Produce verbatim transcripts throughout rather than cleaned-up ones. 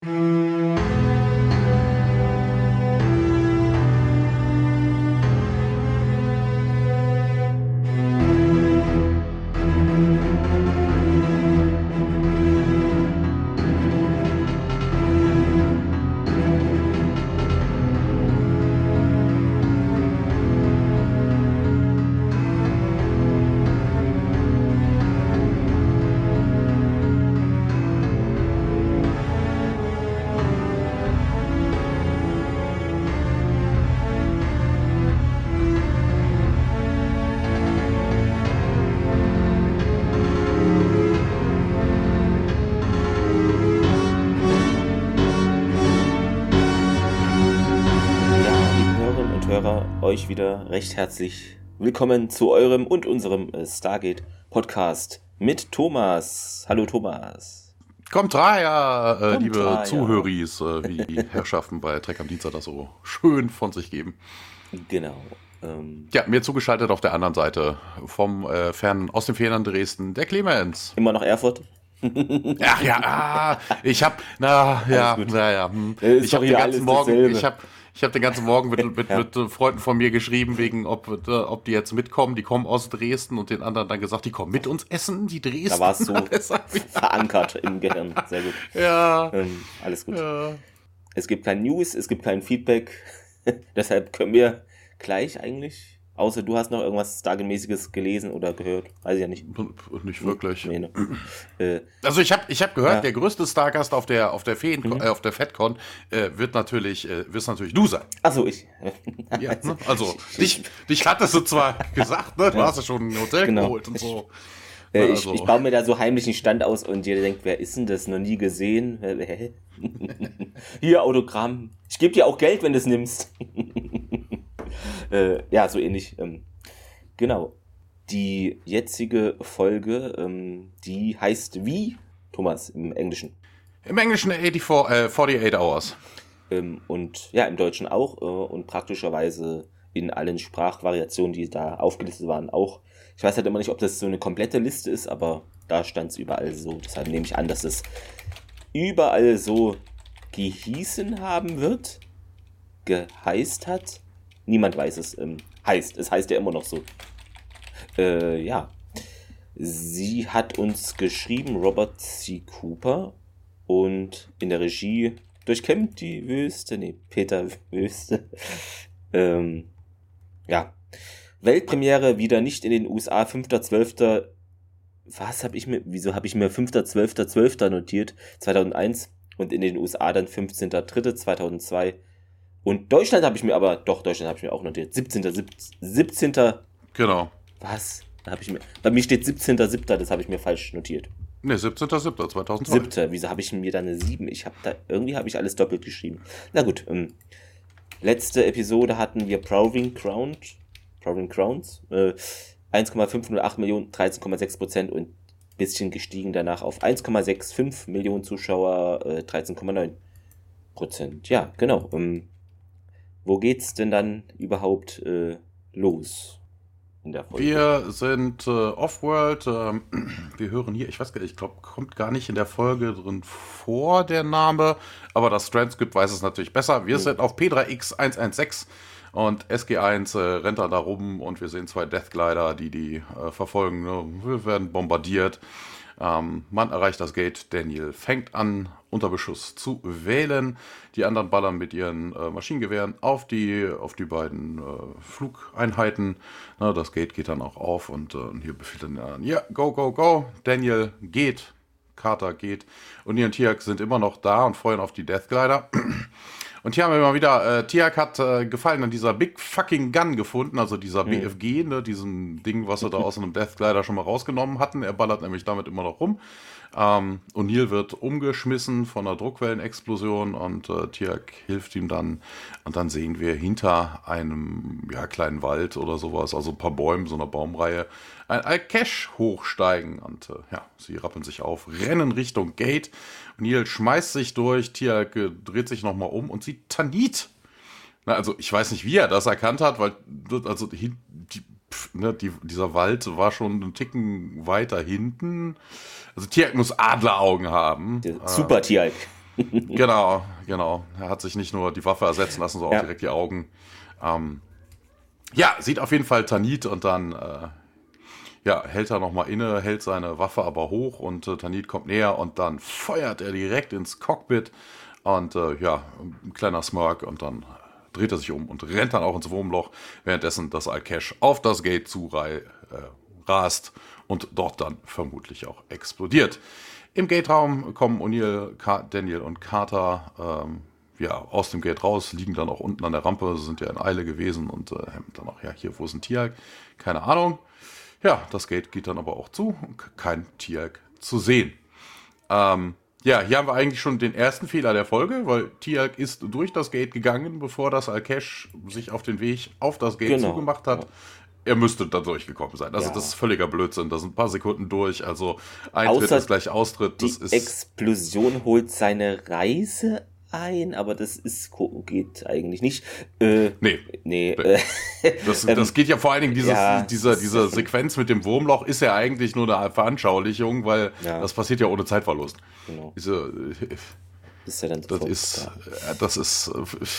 Euch wieder recht herzlich willkommen zu eurem und unserem Stargate Podcast mit Thomas. Hallo Thomas. Kommt Dreier, äh, Kommt liebe Dreier. Zuhöris, äh, wie die Herrschaften bei Trek am Dienstag das so schön von sich geben. Genau. Ähm, Ja, mir zugeschaltet auf der anderen Seite vom äh, fernen, aus dem fernen Dresden, der Clemens. immer noch Erfurt? Ach ja, ah, ich hab, na ja, Alles gut. na ja, hm. Ist ich doch hab den hier ganzen alles Morgen, dasselbe. ich hab, ich hab den ganzen Morgen mit, mit, Ja. mit äh, Freunden von mir geschrieben, wegen ob, äh, ob die jetzt mitkommen, die kommen aus Dresden, und den anderen dann gesagt, die kommen mit uns essen, die Dresden. Da war es so verankert im Gehirn. Sehr gut. Ja, Ähm, alles gut. ja. Es gibt kein News, es gibt kein Feedback. Deshalb können wir gleich eigentlich, außer du hast noch irgendwas Stargate-mäßiges gelesen oder gehört, weiß ich ja nicht. Nicht wirklich. Nee, ne. äh, Also ich habe ich hab gehört, Ja. der größte Stargast auf der auf der Feen, Mhm. äh, auf der FedCon äh, wird natürlich äh, wirst natürlich du sein. Achso, ich. Ja, ne? Also dich dich hattest du zwar gesagt, ne? Du hast ja schon ein Hotel Genau. geholt und so. Äh, Ja, ich, also. ich baue mir da so heimlich einen Stand aus und jeder denkt, wer ist denn das? Noch nie gesehen. Hä? Hier, Autogramm. Ich gebe dir auch Geld, wenn du es nimmst. äh, ja, so ähnlich. Ähm, genau. Die jetzige Folge, ähm, die heißt wie, Thomas, im Englischen. Im Englischen vierundachtzig, äh, forty-eight Hours. Ähm, und ja, im Deutschen auch. Äh, und praktischerweise in allen Sprachvariationen, die da aufgelistet waren, auch. Ich weiß halt immer nicht, ob das so eine komplette Liste ist, aber da stand es überall so. Deshalb nehme ich an, dass es überall so gehießen haben wird, geheißt hat. Niemand weiß es. Ähm, heißt. Es heißt ja immer noch so. Äh, ja. Sie hat uns geschrieben, Robert C. Cooper. Und in der Regie durchkämmt die Wüste. Nee, Peter Wüste. ähm, ja. Weltpremiere wieder nicht in den U S A, fünfter zwölfter Was habe ich mir, wieso habe ich mir fünfter zwölfter zwölfter notiert? zweitausendeins und in den U S A dann fünfzehnter dritter zweitausendzwei Und Deutschland habe ich mir aber, doch, Deutschland habe ich mir auch notiert. siebzehnter siebzehnter Genau. Was? Da habe ich mir, bei mir steht siebzehnter siebter das habe ich mir falsch notiert. Ne, siebzehnter siebter zweitausendzwei. Siebter, wieso habe ich mir da eine sieben? Ich habe da, irgendwie habe ich alles doppelt geschrieben. Na gut, ähm, letzte Episode hatten wir Proving Ground, Proving Crowns, äh, eins Komma fünfhundertacht Millionen, dreizehn Komma sechs Prozent und bisschen gestiegen danach auf eins Komma fünfundsechzig Millionen Zuschauer, äh, dreizehn Komma neun Prozent. Ja, genau. Ähm, wo geht's denn dann überhaupt äh, los in der Folge? Wir sind äh, Offworld. Ähm, wir hören hier, ich weiß gar nicht, ich glaube, kommt gar nicht in der Folge drin vor, der Name. Aber das Transkript weiß es natürlich besser. Wir Mhm. sind auf P drei X eins eins sechs und S G eins äh, rennt da rum und wir sehen zwei Deathglider, die die äh, verfolgen. Ne? Wir werden bombardiert. Ähm, man erreicht das Gate. Daniel fängt an, unter Beschuss zu wählen. Die anderen ballern mit ihren äh, Maschinengewehren auf die, auf die beiden äh, Flugeinheiten. Na, das Gate geht dann auch auf und äh, hier befiehlt dann, ja, yeah, go, go, go. Daniel geht, Carter geht und Neil und Tiak sind immer noch da und feuern auf die Deathglider. Und hier haben wir mal wieder, äh, Tiak hat äh, Gefallen an dieser Big Fucking Gun gefunden, also dieser Mhm. B F G, ne, diesem Ding, was sie da aus einem Deathglider schon mal rausgenommen hatten. Er ballert nämlich damit immer noch rum. Ähm, O'Neill wird umgeschmissen von einer Druckwellenexplosion und äh, Tiak hilft ihm dann. Und dann sehen wir hinter einem ja, kleinen Wald oder sowas, also ein paar Bäumen, so einer Baumreihe, ein Alkesh hochsteigen. Und äh, ja, sie rappeln sich auf, rennen Richtung Gate. O'Neill schmeißt sich durch, Tiak äh, dreht sich nochmal um und sieht Tanit. Na, also ich weiß nicht, wie er das erkannt hat, weil also die, die, pf, ne, die, dieser Wald war schon einen Ticken weiter hinten. Also Tiak muss Adleraugen haben. Der Super Tialk. Genau, genau. Er hat sich nicht nur die Waffe ersetzen lassen, sondern Ja. auch direkt die Augen. Ähm, ja, sieht auf jeden Fall Tanit und dann äh, ja, hält er nochmal inne, hält seine Waffe aber hoch und äh, Tanit kommt näher und dann feuert er direkt ins Cockpit und äh, ja, ein kleiner Smirk und dann dreht er sich um und rennt dann auch ins Wurmloch, währenddessen das Alkesh auf das Gate zu äh, rast und dort dann vermutlich auch explodiert. Im Gate-Raum kommen O'Neill, Ka- Daniel und Carter ähm, ja, aus dem Gate raus, liegen dann auch unten an der Rampe, sind ja in Eile gewesen und äh, haben dann auch, ja, hier, wo ist ein Tiag? Keine Ahnung. Ja, das Gate geht dann aber auch zu, kein Tiag zu sehen. Ähm, ja, hier haben wir eigentlich schon den ersten Fehler der Folge, weil Tiag ist durch das Gate gegangen, bevor das Alkesh sich auf den Weg auf das Gate Genau, zugemacht hat. ja. Er müsste da durchgekommen sein. Also Ja. das ist völliger Blödsinn. Da sind ein paar Sekunden durch. Also Eintritt Außer ist gleich Austritt. Das Die ist Explosion holt seine Reise ein, aber das ist geht eigentlich nicht. Äh, nee. nee. Äh, Das, ähm, das geht ja vor allen Dingen, dieses, ja, dieser, das ist diese ja schon- Sequenz mit dem Wurmloch ist ja eigentlich nur eine Veranschaulichung, weil Ja. das passiert ja ohne Zeitverlust. Genau. Diese, ist ja dann das sofort ist, da. äh, das ist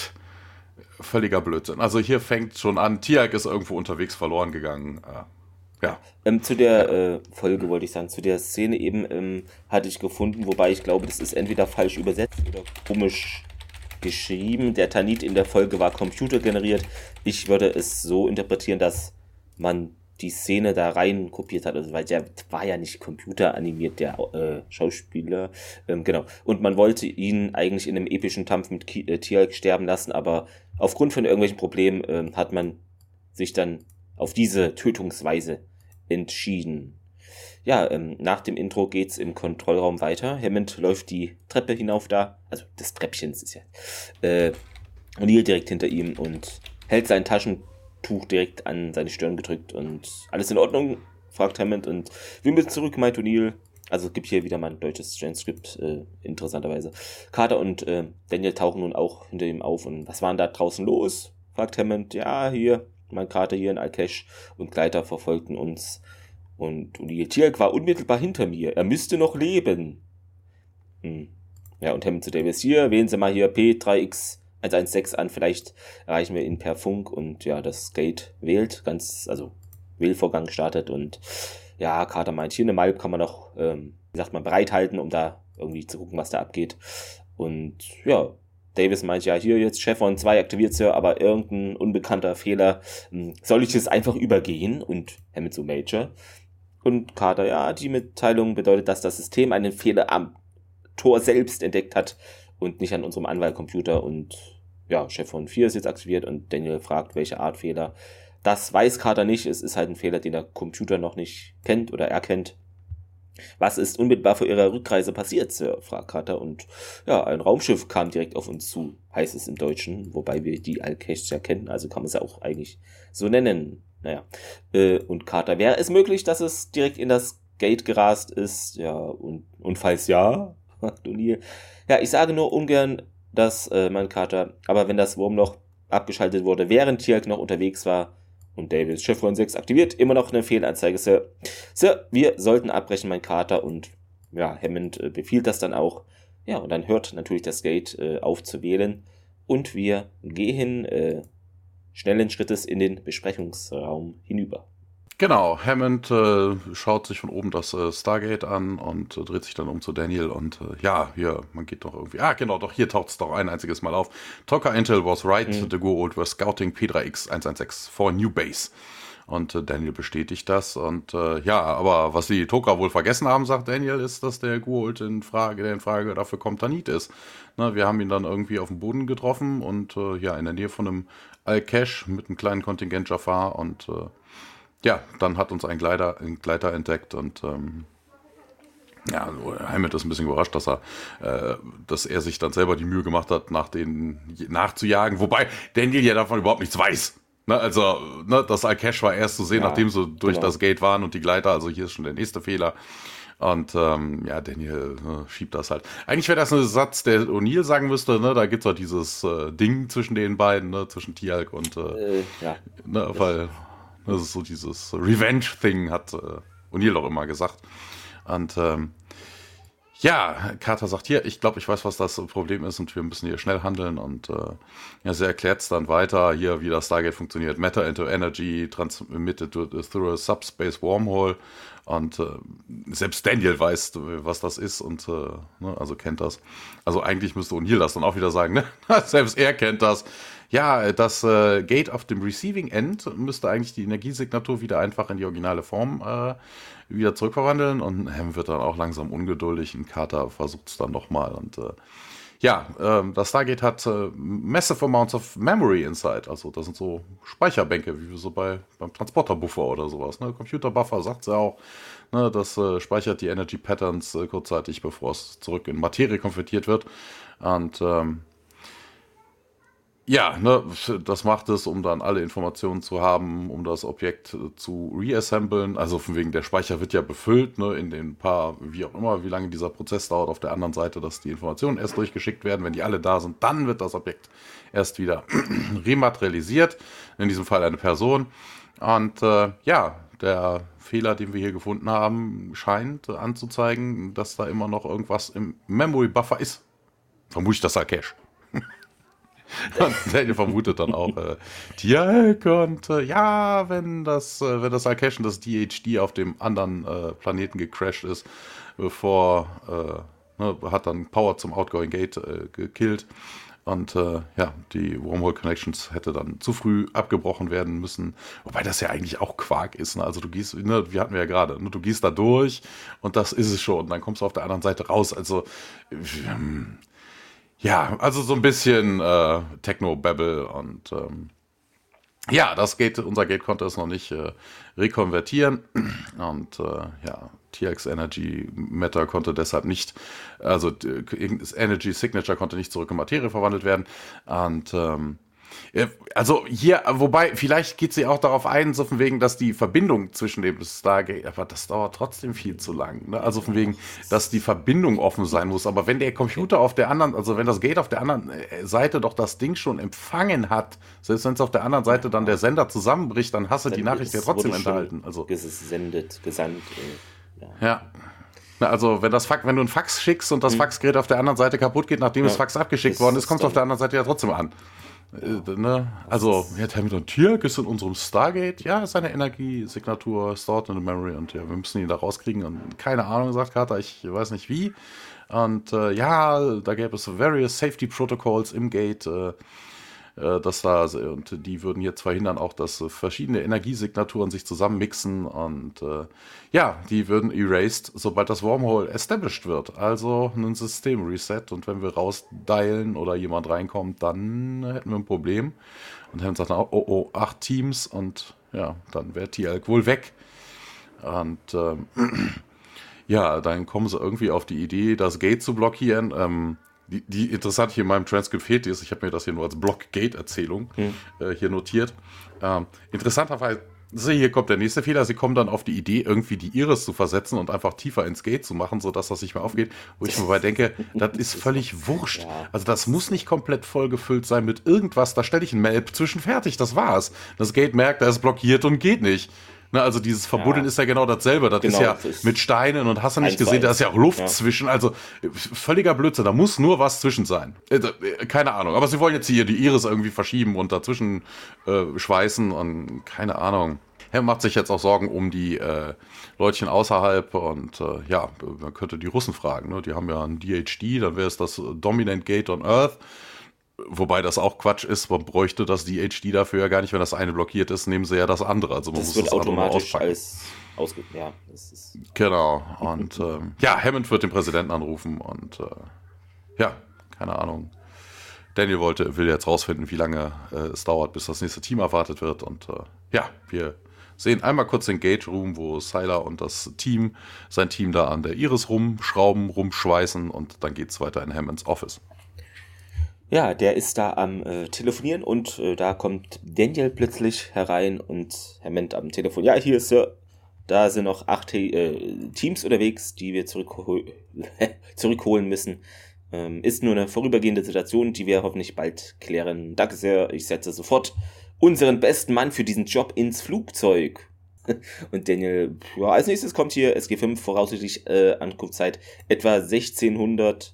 äh, völliger Blödsinn. Also hier fängt schon an, Tiag ist irgendwo unterwegs verloren gegangen. Äh, ja. Ähm, zu der äh, Folge wollte ich sagen, zu der Szene eben ähm, hatte ich gefunden, wobei ich glaube, das ist entweder falsch übersetzt oder komisch geschrieben. Der Tanit in der Folge war computergeneriert. Ich würde es so interpretieren, dass man die Szene da rein kopiert hat, also weil der war ja nicht computeranimiert, der äh, Schauspieler, ähm, genau. Und man wollte ihn eigentlich in einem epischen Kampf mit Ki- äh, Tialk sterben lassen, aber aufgrund von irgendwelchen Problemen ähm, hat man sich dann auf diese Tötungsweise entschieden. Ja, ähm, nach dem Intro geht's im Kontrollraum weiter. Hammond läuft die Treppe hinauf da, also des Treppchens ist ja, äh, O'Neill direkt hinter ihm und hält sein Taschentuch direkt an seine Stirn gedrückt und alles in Ordnung, fragt Hammond und wir müssen zurück, meint O'Neill. Also es gibt hier wieder mal ein deutsches Transkript, äh, interessanterweise. Carter und äh, Daniel tauchen nun auch hinter ihm auf und was war denn da draußen los? Fragt Hammond. Ja, hier, mein Carter hier in Alkesh und Gleiter verfolgten uns. Und O'Neill, Tialk war unmittelbar hinter mir. Er müsste noch leben. Hm. Ja, und Hammond zu Davis, hier, wählen Sie mal hier P drei X eins eins sechs an, vielleicht erreichen wir ihn per Funk und ja, das Gate wählt, ganz, also Wählvorgang startet und ja, Carter meint, hier eine Malp kann man noch, ähm, wie sagt man, bereithalten, um da irgendwie zu gucken, was da abgeht. Und ja, Davis meint, ja, hier jetzt Chevron zwei aktiviert, Sir, aber irgendein unbekannter Fehler, hm, soll ich es einfach übergehen? Und Hammond so, Major. Und Carter, ja, die Mitteilung bedeutet, dass das System einen Fehler am Tor selbst entdeckt hat und nicht an unserem Anwahlcomputer. Und ja, Chevron vier ist jetzt aktiviert und Daniel fragt, welche Art Fehler. Das weiß Carter nicht, es ist halt ein Fehler, den der Computer noch nicht kennt oder erkennt. Was ist unmittelbar vor ihrer Rückreise passiert, Sir? Fragt Carter. Und ja, ein Raumschiff kam direkt auf uns zu, heißt es im Deutschen, wobei wir die Alkesh ja kennen, also kann man es ja auch eigentlich so nennen. Naja, äh, und Carter, wäre es möglich, dass es direkt in das Gate gerast ist? Ja, und, und falls ja, fragt O'Neill. Ja, ich sage nur ungern, dass, äh, mein Carter, aber wenn das Wurmloch abgeschaltet wurde, während Tialk noch unterwegs war, und Davis, Chevron sechs aktiviert, immer noch eine Fehlanzeige, Sir. Sir, wir sollten abbrechen, mein Carter. Und ja, Hammond äh, befiehlt das dann auch. Ja, und dann hört natürlich das Gate äh, auf zu wählen. Und wir gehen äh, schnellen Schrittes in den Besprechungsraum hinüber. Genau, Hammond äh, schaut sich von oben das äh, Stargate an und äh, dreht sich dann um zu Daniel und äh, ja, hier, man geht doch irgendwie, ah genau, doch hier taucht es doch ein einziges Mal auf. Toka Intel was right, Mhm. the Go Old were scouting P drei X eins eins sechs for new base. Und äh, Daniel bestätigt das und äh, ja, aber was die Toka wohl vergessen haben, sagt Daniel, ist, dass der Goa'uld in Frage, der in Frage dafür kommt, Tanit ist. Na, wir haben ihn dann irgendwie auf dem Boden getroffen und äh, ja, in der Nähe von einem Alkesh mit einem kleinen Kontingent Jafar und äh, ja, dann hat uns ein Gleiter, ein Gleiter entdeckt und ähm, ja, also Hammond ist ein bisschen überrascht, dass er, äh, dass er sich dann selber die Mühe gemacht hat, nach denen nachzujagen, wobei Daniel ja davon überhaupt nichts weiß. Ne, also, ne, das Alkesh war erst zu sehen, Ja, nachdem sie durch genau. das Gate waren und die Gleiter, also hier ist schon der nächste Fehler. Und ähm, ja, Daniel äh, schiebt das halt. Eigentlich wäre das ein Satz, der O'Neill sagen müsste, ne? Da gibt es halt dieses äh, Ding zwischen den beiden, ne? Zwischen Tialk und äh, Äh, ja, ne, weil das ist so dieses Revenge-Thing, hat äh, O'Neill auch immer gesagt. Und ähm, Ja, Carter sagt hier, ich glaube, ich weiß, was das Problem ist und wir müssen hier schnell handeln und äh, ja, sie erklärt es dann weiter, hier, wie das Stargate funktioniert. Matter into Energy, transmitted through a subspace wormhole und äh, selbst Daniel weiß, was das ist und äh, ne, also kennt das. Also eigentlich müsste O'Neill das dann auch wieder sagen, ne? Selbst er kennt das. Ja, das äh, Gate auf dem Receiving End müsste eigentlich die Energiesignatur wieder einfach in die originale Form äh, wieder zurückverwandeln und Ham wird dann auch langsam ungeduldig und Carter versucht es dann nochmal und äh, ja, äh, das Stargate hat äh, massive amounts of memory inside, also das sind so Speicherbänke, wie wir so bei beim Transporterbuffer oder sowas, ne? Computerbuffer sagt sie auch, ne? Das äh, speichert die Energy Patterns äh, kurzzeitig, bevor es zurück in Materie konvertiert wird und ähm, ja, ne, das macht es, um dann alle Informationen zu haben, um das Objekt zu reassemblen. Also von wegen, der Speicher wird ja befüllt, ne, in den paar, wie auch immer, wie lange dieser Prozess dauert auf der anderen Seite, dass die Informationen erst durchgeschickt werden. Wenn die alle da sind, dann wird das Objekt erst wieder rematerialisiert. In diesem Fall eine Person. Und äh, ja, der Fehler, den wir hier gefunden haben, scheint anzuzeigen, dass da immer noch irgendwas im Memory Buffer ist. Vermutlich das Cache. Und Daniel vermutet dann auch äh, Tialk und äh, ja, wenn das, äh, wenn das Alcashen, das D H D auf dem anderen äh, Planeten gecrashed ist, bevor äh, ne, hat dann Power zum Outgoing Gate äh, gekillt und äh, ja, die Wormhole Connections hätte dann zu früh abgebrochen werden müssen, wobei das ja eigentlich auch Quark ist, ne? Also du gehst, ne, wie hatten wir ja gerade, ne, du gehst da durch und das ist es schon und dann kommst du auf der anderen Seite raus, also ähm, ja, also so ein bisschen äh, Techno-Babble und ähm, ja, das Gate, unser Gate konnte es noch nicht äh, rekonvertieren und äh, ja, T X Energy Matter konnte deshalb nicht, also das Energy Signature konnte nicht zurück in Materie verwandelt werden und ähm, also hier, wobei, vielleicht geht sie auch darauf ein, so von wegen, dass die Verbindung zwischen dem Stargate, aber das dauert trotzdem viel zu lang, ne? Also von wegen, dass die Verbindung offen sein muss, aber wenn der Computer auf der anderen, also wenn das Gate auf der anderen Seite doch das Ding schon empfangen hat, selbst wenn es auf der anderen Seite dann der Sender zusammenbricht, dann hast du die Nachricht ja trotzdem enthalten. Also gesendet, gesandt. Äh, ja. ja. Also wenn das Fax, wenn du ein Fax schickst und das hm. Faxgerät auf der anderen Seite kaputt geht, nachdem ja. das Fax abgeschickt das worden ist, kommt es auf der anderen Seite ja trotzdem an. Äh, ne? Also, ja, Hamilton Tialk ist in unserem Stargate, ja, ist eine Energiesignatur, stored in the memory und ja, wir müssen ihn da rauskriegen und keine Ahnung, sagt Carter, ich weiß nicht wie. Und äh, ja, da gäbe es various Safety Protocols im Gate, äh, äh, dass da, und die würden jetzt verhindern auch, dass äh, verschiedene Energiesignaturen sich zusammenmixen und äh, ja, die würden erased, sobald das Wormhole established wird. Also ein System-Reset und wenn wir rausdialen oder jemand reinkommt, dann hätten wir ein Problem. Und Hammond sagt dann auch, oh, oh, acht Teams und ja, dann wäre Tialk wohl weg. Und ähm, ja, dann kommen sie irgendwie auf die Idee, das Gate zu blockieren. Ähm, die, die interessant hier in meinem Transkript fehlt ist, ich habe mir das hier nur als Block-Gate-Erzählung hm. äh, hier notiert. Ähm, interessanterweise, hier kommt der nächste Fehler, sie kommen dann auf die Idee, irgendwie die Iris zu versetzen und einfach tiefer ins Gate zu machen, sodass das nicht mehr aufgeht, wo ich mir dabei denke, das ist völlig wurscht. Ja. Also das muss nicht komplett vollgefüllt sein mit irgendwas, da stelle ich ein Melb zwischen fertig, das war's. Das Gate merkt, er ist blockiert und geht nicht. Na, also dieses Verbuddeln ja. ist ja genau dasselbe. Das genau, ist ja das ist mit Steinen und hast du nicht gesehen, da ist ja auch Luft ja. zwischen. Also völliger Blödsinn, da muss nur was zwischen sein. Äh, keine Ahnung. Aber sie wollen jetzt hier die Iris irgendwie verschieben und dazwischen äh, schweißen und keine Ahnung. Er macht sich jetzt auch Sorgen um die äh, Leutchen außerhalb und äh, ja, man könnte die Russen fragen. Ne? Die haben ja ein D H D, dann wäre es das Dominant Gate on Earth. Wobei das auch Quatsch ist, man bräuchte das D H D dafür ja gar nicht, wenn das eine blockiert ist, nehmen sie ja das andere. Also man das muss wird das automatisch als ausge... Ja, das ist genau. Und ähm, ja, Hammond wird den Präsidenten anrufen und äh, ja, keine Ahnung. Daniel wollte, will jetzt rausfinden, wie lange äh, es dauert, bis das nächste Team erwartet wird. Und äh, ja, wir sehen einmal kurz den Gate Room, wo Sylar und das Team, sein Team da an der Iris rumschrauben, rumschweißen und dann geht's weiter in Hammonds Office. Ja, der ist da am äh, Telefonieren und äh, da kommt Daniel plötzlich herein und Hammond am Telefon. Ja, hier ist Sir. Da sind noch acht äh, Teams unterwegs, die wir zurückhol- zurückholen müssen. Ähm, ist nur eine vorübergehende Situation, die wir hoffentlich bald klären. Danke sehr, ich setze sofort unseren besten Mann für diesen Job ins Flugzeug. Und Daniel, ja, als nächstes kommt hier S G fünf, voraussichtlich äh, Ankunftszeit etwa sechzehnhundert.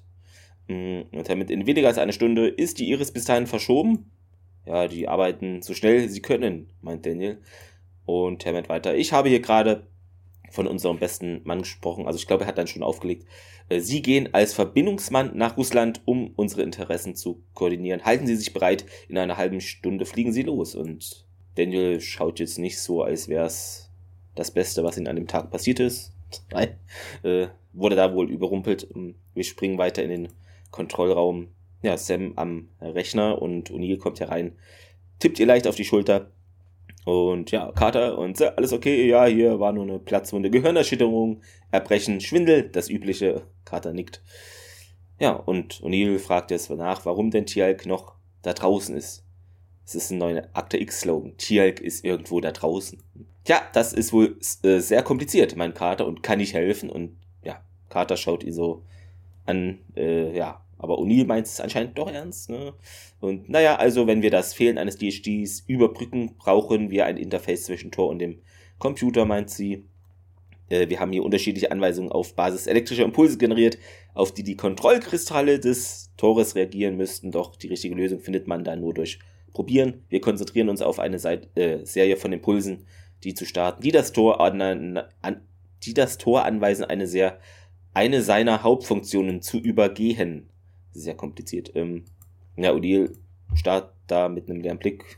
Und damit in weniger als eine Stunde ist die Iris bis dahin verschoben. Ja, die arbeiten so schnell sie können, meint Daniel. Und Hammond weiter, ich habe hier gerade von unserem besten Mann gesprochen, also ich glaube, er hat dann schon aufgelegt. Sie gehen als Verbindungsmann nach Russland, um unsere Interessen zu koordinieren. Halten Sie sich bereit, in einer halben Stunde fliegen Sie los. Und Daniel schaut jetzt nicht so, als wäre es das Beste, was ihm an dem Tag passiert ist. Nein, äh, wurde da wohl überrumpelt. Wir springen weiter in den Kontrollraum. Ja, Sam am Rechner und O'Neill kommt herein, tippt ihr leicht auf die Schulter. Und ja, Carter und so, alles okay, ja, hier war nur eine Platzwunde, Gehirnerschütterung, Erbrechen, Schwindel, das übliche. Carter nickt. Ja, und O'Neill fragt jetzt nach, warum denn Teal'c noch da draußen ist. Es ist ein neuer Akte X-Slogan. Teal'c ist irgendwo da draußen. Tja, das ist wohl äh, sehr kompliziert, meint Carter, und kann nicht helfen. Und ja, Carter schaut ihn so an, äh, ja, aber O'Neill meint es anscheinend doch ernst, ne? Und naja, also wenn wir das Fehlen eines D H Ds überbrücken, brauchen wir ein Interface zwischen Tor und dem Computer, meint sie. Äh, wir haben hier unterschiedliche Anweisungen auf Basis elektrischer Impulse generiert, auf die die Kontrollkristalle des Tores reagieren müssten, doch die richtige Lösung findet man da nur durch Probieren. Wir konzentrieren uns auf eine Seite, äh, Serie von Impulsen, die zu starten, die das Tor an, an, die das Tor anweisen, eine sehr eine seiner Hauptfunktionen zu übergehen. Sehr kompliziert. Ähm, ja, O'Neill startet da mit einem leeren Blick,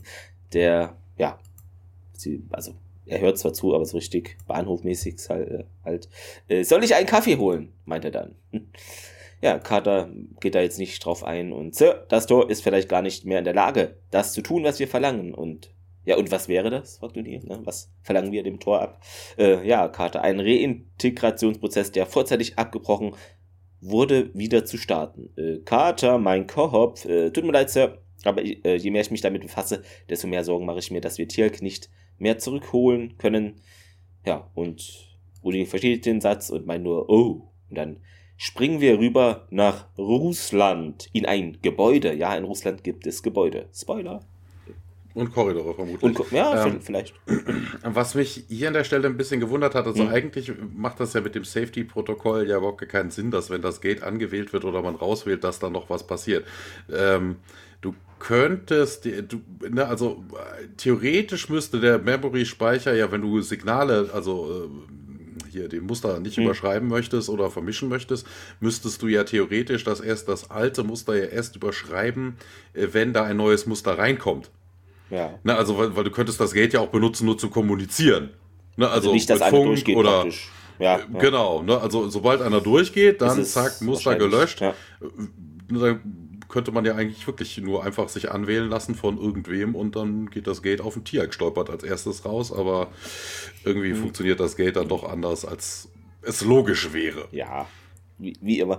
der, ja, sie, also er hört zwar zu, aber so richtig bahnhofmäßig halt, äh, halt äh, soll ich einen Kaffee holen, meint er dann. Ja, Carter geht da jetzt nicht drauf ein und Sir, das Tor ist vielleicht gar nicht mehr in der Lage, das zu tun, was wir verlangen. Und ja, und was wäre das, fragt O'Neill, ne? Was verlangen wir dem Tor ab? Äh, ja, Carter, ein Reintegrationsprozess, der vorzeitig abgebrochen wurde, wieder zu starten. Äh, Carter, mein Koop, äh, tut mir leid, Sir, aber äh, je mehr ich mich damit befasse, desto mehr Sorgen mache ich mir, dass wir Teal'c nicht mehr zurückholen können. Ja, und O'Neill versteht den Satz und meint nur, oh, und dann springen wir rüber nach Russland, in ein Gebäude. Ja, in Russland gibt es Gebäude. Spoiler. Und Korridore vermutlich. Und, ja, ähm, vielleicht. Was mich hier an der Stelle ein bisschen gewundert hat, also Mhm. eigentlich macht das ja mit dem Safety-Protokoll ja überhaupt keinen Sinn, dass wenn das Gate angewählt wird oder man rauswählt, dass da noch was passiert. Ähm, du könntest, die- du, ne, also äh, theoretisch müsste der Memory-Speicher ja, wenn du Signale, also äh, hier die Muster nicht Mhm. überschreiben möchtest oder vermischen möchtest, müsstest du ja theoretisch das erst das alte Muster ja erst überschreiben, äh, wenn da ein neues Muster reinkommt. Ja. Ne, also, weil, weil du könntest das Gate ja auch benutzen, nur zu kommunizieren. Ne, also, Also nicht, dass mit einer Funk durchgeht oder. praktisch. Ja, ja. Genau, ne, also sobald einer durchgeht, dann Das ist zack, Muster wahrscheinlich, gelöscht. ja. Ne, Dann könnte man ja eigentlich wirklich nur einfach sich anwählen lassen von irgendwem und dann geht das Gate auf den Teal'c, stolpert als erstes raus, aber irgendwie Mhm. funktioniert das Gate dann doch anders, als es logisch wäre. Ja, wie, wie immer.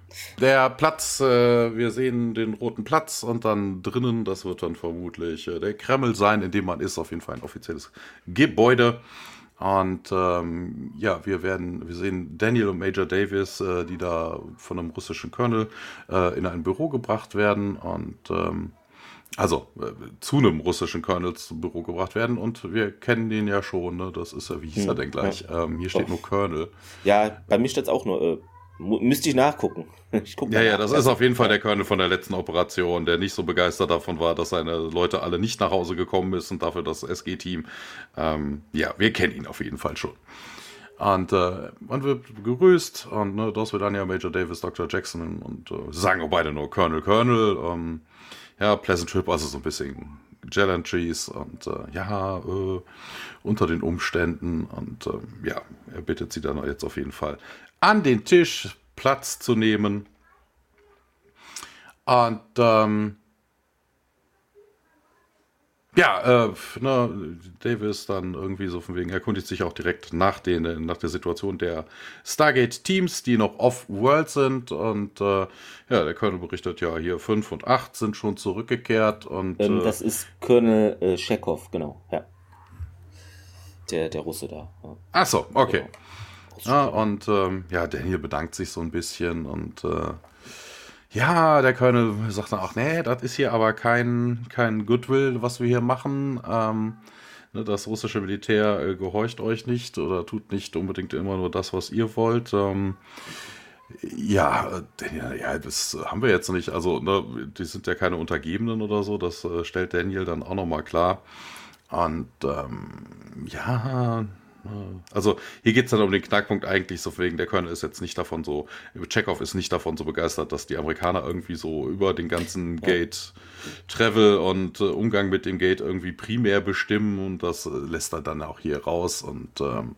Der Platz, äh, wir sehen den roten Platz und dann drinnen, das wird dann vermutlich äh, der Kreml sein, in dem man ist, auf jeden Fall ein offizielles Gebäude. Und ähm, ja, wir werden, wir sehen Daniel und Major Davis, äh, die da von einem russischen Colonel äh, in ein Büro gebracht werden und ähm, also äh, zu einem russischen Colonel zum Büro gebracht werden und wir kennen den ja schon, ne? Das ist ja, wie hieß Hm, er denn gleich? ja. Ähm, hier steht Oh. nur Colonel. Ja, bei mir steht es auch nur, äh, mu- müsste ich nachgucken. Ich guck Ja, mal ja, nach. das ist auf jeden Fall der Colonel von der letzten Operation, der nicht so begeistert davon war, dass seine Leute alle nicht nach Hause gekommen ist und dafür das S G-Team. Ähm, ja, wir kennen ihn auf jeden Fall schon. Und äh, man wird gegrüßt und ne, das wird dann ja Major Davis, Doktor Jackson und äh, sie sagen auch beide nur Colonel, Colonel. Ähm, ja, Pleasant Trip, also so ein bisschen Gallantries und äh, ja, äh, unter den Umständen und äh, ja, er bittet sie dann jetzt auf jeden Fall an den Tisch Platz zu nehmen. Und ähm, ja, äh, ne, Davis dann irgendwie so von wegen erkundigt sich auch direkt nach, den, nach der Situation der Stargate-Teams, die noch off-world sind. Und äh, ja, der Colonel berichtet ja, hier fünf und acht sind schon zurückgekehrt. Und Ähm, äh, das ist Colonel äh, Chekhov, genau. Ja. Der, der Russe da. Ja. ach so, okay. Genau. Ja, und ähm, ja, Daniel bedankt sich so ein bisschen und äh, ja, der Colonel sagt dann auch, nee, das ist hier aber kein, kein Goodwill, was wir hier machen. Ähm, ne, das russische Militär äh, gehorcht euch nicht oder tut nicht unbedingt immer nur das, was ihr wollt. Ähm, ja, Daniel, ja, das haben wir jetzt nicht. Also, ne, die sind ja keine Untergebenen oder so. Das äh, stellt Daniel dann auch nochmal klar. Und ähm, ja, also hier geht es dann um den Knackpunkt eigentlich so wegen, der Colonel ist jetzt nicht davon so, Chekhov ist nicht davon so begeistert, dass die Amerikaner irgendwie so über den ganzen Gate Travel und äh, Umgang mit dem Gate irgendwie primär bestimmen und das äh, lässt er dann auch hier raus und ähm,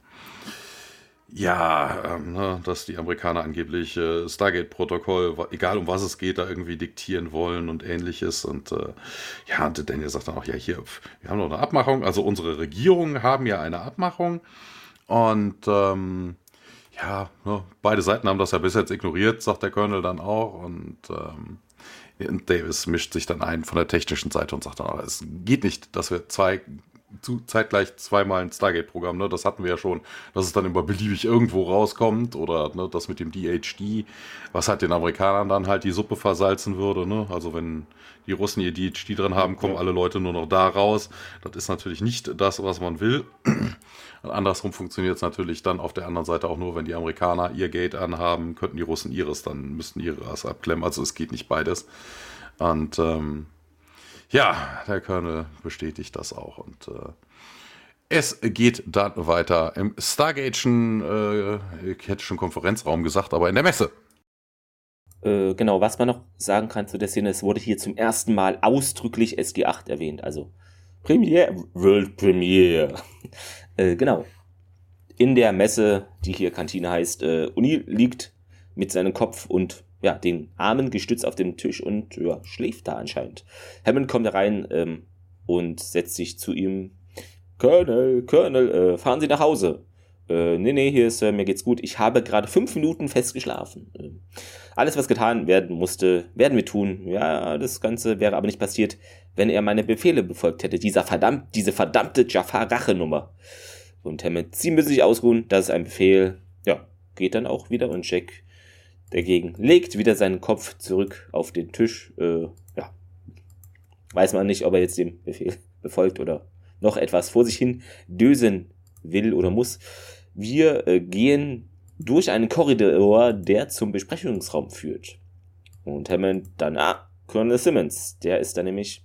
ja, ähm, ne, dass die Amerikaner angeblich äh, Stargate-Protokoll, egal um was es geht, da irgendwie diktieren wollen und ähnliches. Und äh, ja, und Daniel sagt dann auch, ja, hier, wir haben doch eine Abmachung. Also unsere Regierungen haben ja eine Abmachung. Und ähm, ja, ne, beide Seiten haben das ja bis jetzt ignoriert, sagt der Colonel dann auch. Und ähm, Davis mischt sich dann ein von der technischen Seite und sagt dann auch, es geht nicht, dass wir zwei zu, zeitgleich zweimal ein Stargate-Programm, ne? Das hatten wir ja schon, dass es dann immer beliebig irgendwo rauskommt oder ne, das mit dem D H D, was halt den Amerikanern dann halt die Suppe versalzen würde, ne? Also wenn die Russen ihr D H D drin haben, kommen ja alle Leute nur noch da raus. Das ist natürlich nicht das, was man will. Und andersrum funktioniert es natürlich dann auf der anderen Seite auch nur, wenn die Amerikaner ihr Gate anhaben, könnten die Russen ihres, dann müssten ihres abklemmen. Also es geht nicht beides. Und ähm, ja, der Colonel bestätigt das auch und äh, es geht dann weiter im Stargate'schen, äh, ich hätte schon Konferenzraum gesagt, aber in der Messe. Äh, genau, was man noch sagen kann zu der Szene, es wurde hier zum ersten Mal ausdrücklich S G acht erwähnt, also Premiere, World Premiere. äh, genau. In der Messe, die hier Kantine heißt, äh, O'Neill liegt mit seinem Kopf und ja, den Armen gestützt auf dem Tisch und ja, schläft da anscheinend. Hammond kommt da rein ähm, und setzt sich zu ihm. Colonel, Colonel, äh, fahren Sie nach Hause. Äh, nee, nee, hier ist, äh, mir geht's gut. Ich habe gerade fünf Minuten fest geschlafen. Äh, alles, was getan werden musste, werden wir tun. Ja, das Ganze wäre aber nicht passiert, wenn er meine Befehle befolgt hätte. Dieser verdammt, diese verdammte Jafar-Rache-Nummer. Und Hammond, Sie müssen sich ausruhen, das ist ein Befehl. Ja, geht dann auch wieder und Jack dagegen legt wieder seinen Kopf zurück auf den Tisch. Äh, ja, weiß man nicht, ob er jetzt dem Befehl befolgt oder noch etwas vor sich hin dösen will oder muss. Wir äh, gehen durch einen Korridor, der zum Besprechungsraum führt. Und Hammond dann, ah, Colonel Simmons, der ist da nämlich.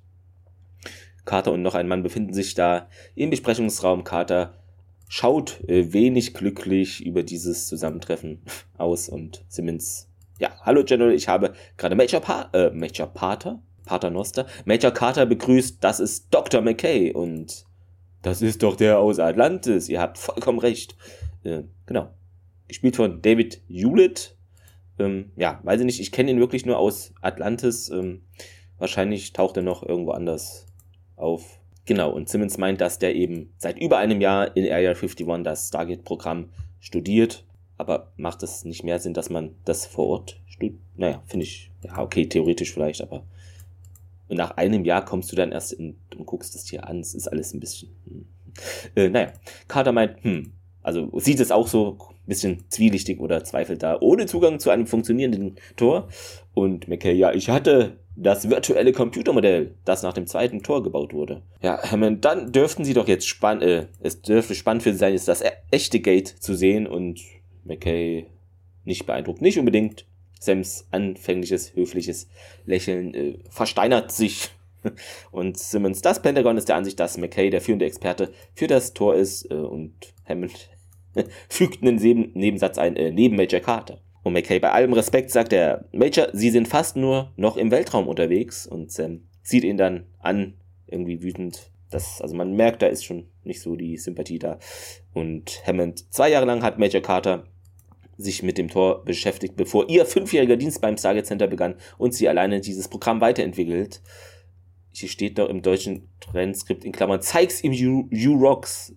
Carter und noch ein Mann befinden sich da im Besprechungsraum. Carter schaut äh, wenig glücklich über dieses Zusammentreffen aus und Simmons, ja, hallo General, ich habe gerade Major, pa- äh, Major Pater, Pater Noster, Major Carter begrüßt, das ist Doktor McKay und das ist doch der aus Atlantis, ihr habt vollkommen recht. Äh, genau, gespielt von David Hewlett, ähm, ja, weiß ich nicht, ich kenne ihn wirklich nur aus Atlantis, ähm, wahrscheinlich taucht er noch irgendwo anders auf. Genau, und Simmons meint, dass der eben seit über einem Jahr in Area einundfünfzig das Stargate-Programm studiert. Aber macht es nicht mehr Sinn, dass man das vor Ort studiert? Naja, finde ich, ja, okay, theoretisch vielleicht, aber nach einem Jahr kommst du dann erst in, und guckst das hier an. Es ist alles ein bisschen, hm. äh, naja, Carter meint, hm, also sieht es auch so ein bisschen zwielichtig oder zweifelt da, ohne Zugang zu einem funktionierenden Tor. Und McKay, ja, ich hatte das virtuelle Computermodell, das nach dem zweiten Tor gebaut wurde. Ja, Hammond, dann dürften sie doch jetzt spannend, äh, es dürfte spannend für sie sein, ist das echte Gate zu sehen und McKay nicht beeindruckt, nicht unbedingt. Sams anfängliches, höfliches Lächeln äh, versteinert sich und Simmons, das Pentagon ist der Ansicht, dass McKay der führende Experte für das Tor ist äh, und Hammond fügt einen Neben- Nebensatz ein, äh, neben Major Carter. Und McKay, bei allem Respekt, sagt er, Major, Sie sind fast nur noch im Weltraum unterwegs. Und Sam zieht ihn dann an, irgendwie wütend. Das, also man merkt, da ist schon nicht so die Sympathie da. Und Hammond, zwei Jahre lang hat Major Carter sich mit dem Tor beschäftigt, bevor ihr fünfjähriger Dienst beim Stargate Center begann und sie alleine dieses Programm weiterentwickelt. Hier steht doch im deutschen Transkript in Klammern, zeig's ihm, you, you rocks.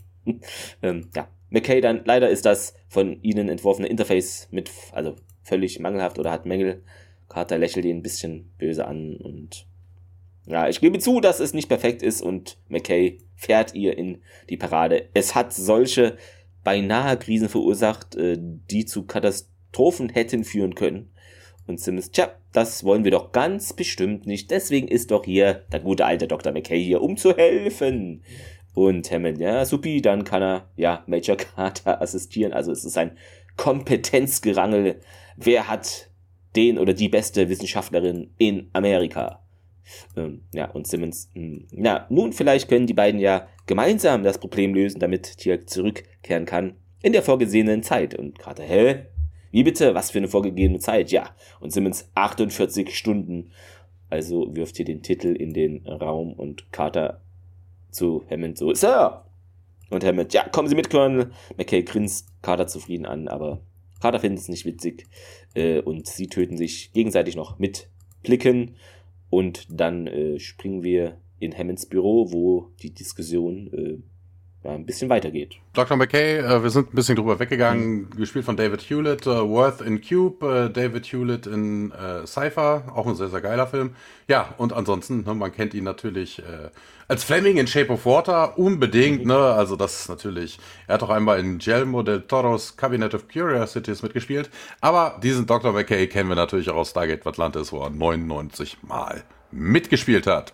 ähm, ja. McKay dann, leider ist das von ihnen entworfene Interface mit, also völlig mangelhaft oder hat Mängel. Carter lächelt ihn ein bisschen böse an und ja, ich gebe zu, dass es nicht perfekt ist und McKay fährt ihr in die Parade. Es hat solche beinahe Krisen verursacht, die zu Katastrophen hätten führen können. Und Simmons, tja, das wollen wir doch ganz bestimmt nicht. Deswegen ist doch hier der gute alte Doktor McKay hier, um zu helfen. Und Hammond, ja, supi, dann kann er, ja, Major Carter assistieren. Also es ist ein Kompetenzgerangel. Wer hat den oder die beste Wissenschaftlerin in Amerika? Ähm, ja, und Simmons, mh, na, nun, vielleicht können die beiden ja gemeinsam das Problem lösen, damit Tiag zurückkehren kann in der vorgesehenen Zeit. Und Carter, hä? Wie bitte? Was für eine vorgegebene Zeit? Ja, und Simmons achtundvierzig Stunden. Also wirft hier den Titel in den Raum und Carter zu Hammond so, Sir! Und Hammond, ja, kommen Sie mit, Colonel. McKay grinst Carter zufrieden an, aber Carter findet es nicht witzig. Äh, und sie töten sich gegenseitig noch mit Blicken. Und dann äh, springen wir in Hammonds Büro, wo die Diskussion äh, ja, ein bisschen weitergeht. Doktor McKay, äh, wir sind ein bisschen drüber weggegangen, mhm. gespielt von David Hewlett, äh, Worth in Cube, äh, David Hewlett in äh, Cypher, auch ein sehr, sehr geiler Film. Ja, und ansonsten, ne, man kennt ihn natürlich äh, als Fleming in Shape of Water, unbedingt, mhm. ne, also das ist natürlich, er hat auch einmal in Guillermo del Toros Cabinet of Curiosities mitgespielt, aber diesen Doktor McKay kennen wir natürlich auch aus Stargate Atlantis, wo er neunundneunzig Mal mitgespielt hat.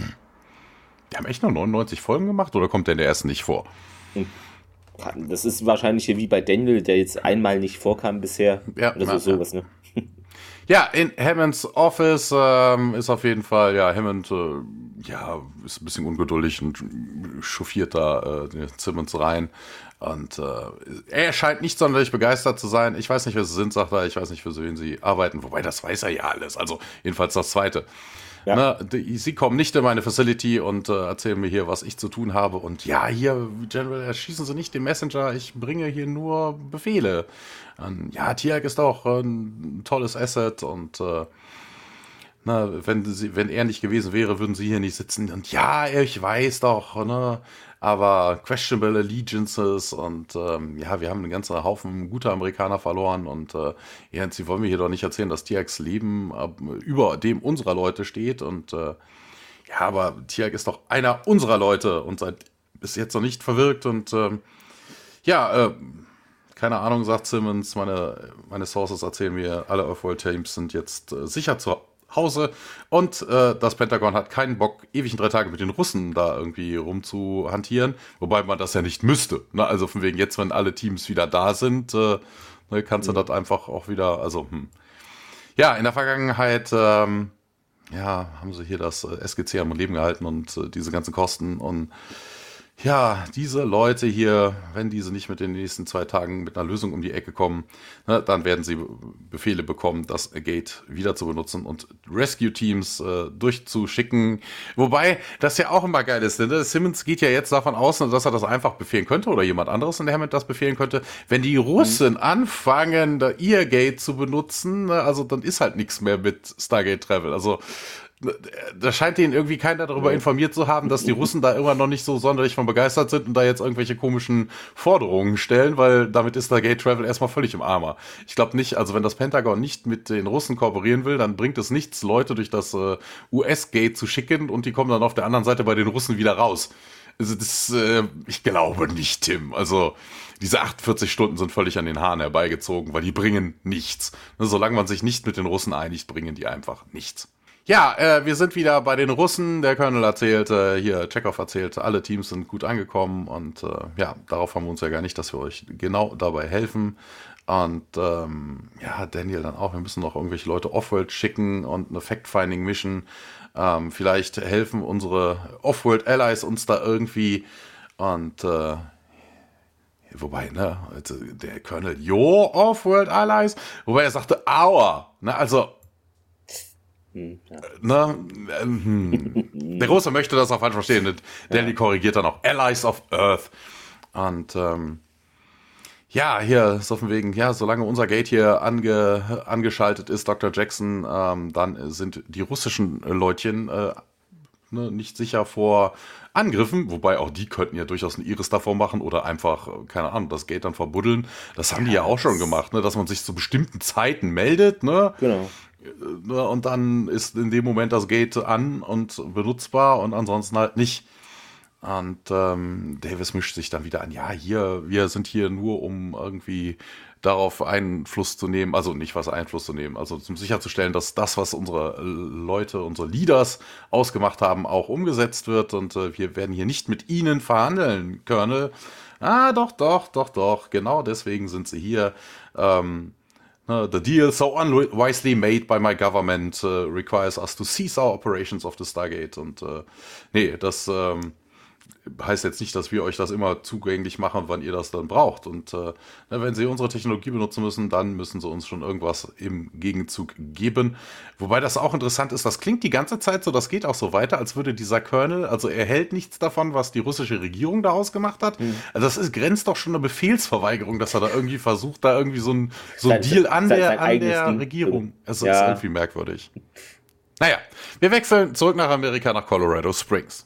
Die haben echt nur neunundneunzig Folgen gemacht oder kommt der in der ersten nicht vor? Das ist wahrscheinlich wie bei Daniel, der jetzt einmal nicht vorkam bisher. Ja, oder so, ja, sowas, ne? Ja, in Hammonds Office ähm, ist auf jeden Fall, ja, Hammond äh, ja, ist ein bisschen ungeduldig und chauffiert da äh, den Simmons rein. Und äh, er scheint nicht sonderlich begeistert zu sein. Ich weiß nicht, wer sie sind, sagt er. Ich weiß nicht, für wen sie arbeiten. Wobei, das weiß er ja alles. Also jedenfalls das Zweite. Ja. Ne, die, sie kommen nicht in meine Facility und äh, erzählen mir hier, was ich zu tun habe. Und ja, hier, General, erschießen Sie nicht den Messenger. Ich bringe hier nur Befehle. Ähm, ja, Tiag ist auch äh, ein tolles Asset. Und äh, na, wenn, sie, wenn er nicht gewesen wäre, würden Sie hier nicht sitzen. Und ja, ich weiß doch, ne? Aber questionable allegiances und ähm, ja, wir haben einen ganzen Haufen guter Amerikaner verloren und äh, ja, sie wollen mir hier doch nicht erzählen, dass Tiags Leben äh, über dem unserer Leute steht und äh, ja, aber Tiag ist doch einer unserer Leute und seit bis jetzt noch nicht verwirkt und äh, ja, äh, keine Ahnung, sagt Simmons, meine, meine Sources erzählen mir, alle Earthworld-Teams sind jetzt äh, sicher zu Hause und äh, das Pentagon hat keinen Bock, ewig in drei Tage mit den Russen da irgendwie rumzuhantieren, wobei man das ja nicht müsste. Ne? Also von wegen jetzt, wenn alle Teams wieder da sind, äh, ne, kannst du mhm. das einfach auch wieder, also hm. Ja, in der Vergangenheit ähm, ja, haben sie hier das äh, S G C am Leben gehalten und äh, diese ganzen Kosten und ja, diese Leute hier, wenn diese nicht mit den nächsten zwei Tagen mit einer Lösung um die Ecke kommen, ne, dann werden sie Befehle bekommen, das Gate wieder zu benutzen und Rescue-Teams äh, durchzuschicken. Wobei, das ja auch immer geil ist, ne? Simmons geht ja jetzt davon aus, dass er das einfach befehlen könnte oder jemand anderes in der Hammond das befehlen könnte. Wenn die Russen mhm. anfangen, da ihr Gate zu benutzen, ne, also dann ist halt nichts mehr mit Stargate Travel. Also da scheint ihnen irgendwie keiner darüber informiert zu haben, dass die Russen da immer noch nicht so sonderlich von begeistert sind und da jetzt irgendwelche komischen Forderungen stellen, weil damit ist der Gate Travel erstmal völlig im Eimer. Ich glaube nicht, also wenn das Pentagon nicht mit den Russen kooperieren will, dann bringt es nichts, Leute durch das äh, U S-Gate zu schicken und die kommen dann auf der anderen Seite bei den Russen wieder raus. Also das, äh, ich glaube nicht, Tim. Also diese achtundvierzig Stunden sind völlig an den Haaren herbeigezogen, weil die bringen nichts. Ne, solange man sich nicht mit den Russen einigt, bringen die einfach nichts. Ja, äh, wir sind wieder bei den Russen. Der Colonel erzählt, äh, hier, Chekhov erzählt, alle Teams sind gut angekommen und äh, ja, darauf haben wir uns ja gar nicht, dass wir euch genau dabei helfen. Und ähm, ja, Daniel dann auch, wir müssen noch irgendwelche Leute Offworld schicken und eine Fact-Finding-Mission. Ähm, vielleicht helfen unsere Offworld-Allies uns da irgendwie und äh, wobei, ne, also der Colonel, your Offworld Allies, wobei er sagte, our, ne, also Hm, ja. Na, äh, hm. Der Große möchte das auch falsch verstehen. Ja. Danny korrigiert dann auch Allies of Earth. Und ähm, ja, hier ist auf dem Weg, ja, solange unser Gate hier ange, angeschaltet ist, Doktor Jackson, ähm, dann sind die russischen Leutchen äh, ne, nicht sicher vor Angriffen, wobei auch die könnten ja durchaus ein Iris davor machen oder einfach, keine Ahnung, das Gate dann verbuddeln. Das haben ja, die ja auch schon gemacht, ne, dass man sich zu bestimmten Zeiten meldet, ne? Genau. Und dann ist in dem Moment das Gate an und benutzbar und ansonsten halt nicht. Und ähm, Davis mischt sich dann wieder an, ja, hier, wir sind hier nur, um irgendwie darauf Einfluss zu nehmen, also nicht was Einfluss zu nehmen, also um sicherzustellen, dass das, was unsere Leute, unsere Leaders ausgemacht haben, auch umgesetzt wird und äh, wir werden hier nicht mit ihnen verhandeln, Colonel. Ah, doch, doch, doch, doch, genau deswegen sind sie hier. Ähm, The deal so unwisely made by my government uh, requires us to cease our operations of the Stargate. Und äh, nee, das ähm, heißt jetzt nicht, dass wir euch das immer zugänglich machen, wann ihr das dann braucht. Und äh, wenn sie unsere Technologie benutzen müssen, dann müssen sie uns schon irgendwas im Gegenzug geben. Wobei das auch interessant ist, das klingt die ganze Zeit so, das geht auch so weiter, als würde dieser Colonel, also er hält nichts davon, was die russische Regierung daraus gemacht hat. Mhm. Also das ist, grenzt doch schon eine Befehlsverweigerung, dass er da irgendwie versucht, da irgendwie so ein, so ein Deal an sein, der, sein an der Regierung. Also ja. Das ist irgendwie merkwürdig. Naja, wir wechseln zurück nach Amerika, nach Colorado Springs.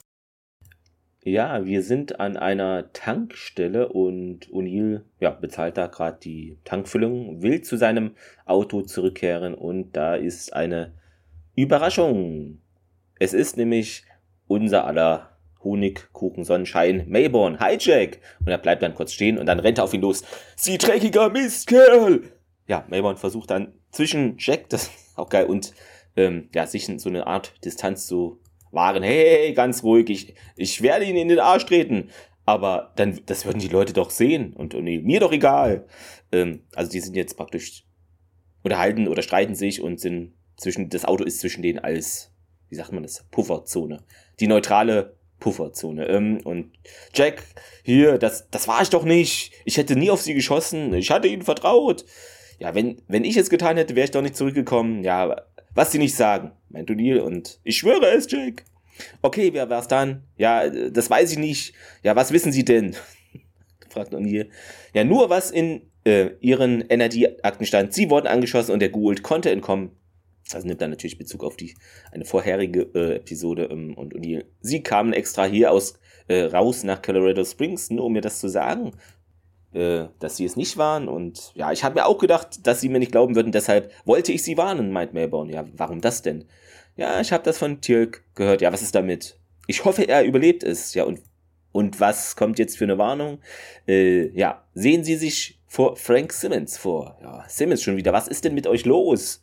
Ja, wir sind an einer Tankstelle und O'Neill ja, bezahlt da gerade die Tankfüllung, will zu seinem Auto zurückkehren und da ist eine Überraschung. Es ist nämlich unser aller Honigkuchen Sonnenschein Mayborn. Hi Jack! Und er bleibt dann kurz stehen und dann rennt er auf ihn los. Sie dreckiger Mistkerl! Ja, Mayborn versucht dann zwischen Jack, das ist auch geil, und ähm, ja, sich in so eine Art Distanz zu waren, hey, ganz ruhig, ich, ich werde ihn in den Arsch treten. Aber dann, das würden die Leute doch sehen. Und, und mir doch egal. Ähm, also die sind jetzt praktisch unterhalten oder streiten sich und sind zwischen, das Auto ist zwischen denen als, wie sagt man das, Pufferzone. Die neutrale Pufferzone. Ähm, und Jack, hier, das, das war ich doch nicht. Ich hätte nie auf sie geschossen. Ich hatte ihnen vertraut. Ja, wenn, wenn ich es getan hätte, wäre ich doch nicht zurückgekommen. Ja, was sie nicht sagen, meint O'Neill, und ich schwöre es, Jake. Okay, wer war's dann? Ja, das weiß ich nicht. Ja, was wissen Sie denn? Fragt O'Neill. Ja, nur was in äh, Ihren Energieakten stand. Sie wurden angeschossen und der Gould konnte entkommen. Das nimmt dann natürlich Bezug auf die eine vorherige äh, Episode ähm, und O'Neill. Sie kamen extra hier aus äh, raus nach Colorado Springs, nur um mir das zu sagen, äh, dass sie es nicht waren. Und ja, ich habe mir auch gedacht, dass sie mir nicht glauben würden, deshalb wollte ich sie warnen, meint Mayborn. Ja, warum das denn? Ja, ich habe das von Teal'c gehört. Ja, was ist damit? Ich hoffe, er überlebt es. Ja, und und was kommt jetzt für eine Warnung? Äh, ja, sehen Sie sich vor Frank Simmons vor. Ja, Simmons schon wieder. Was ist denn mit euch los?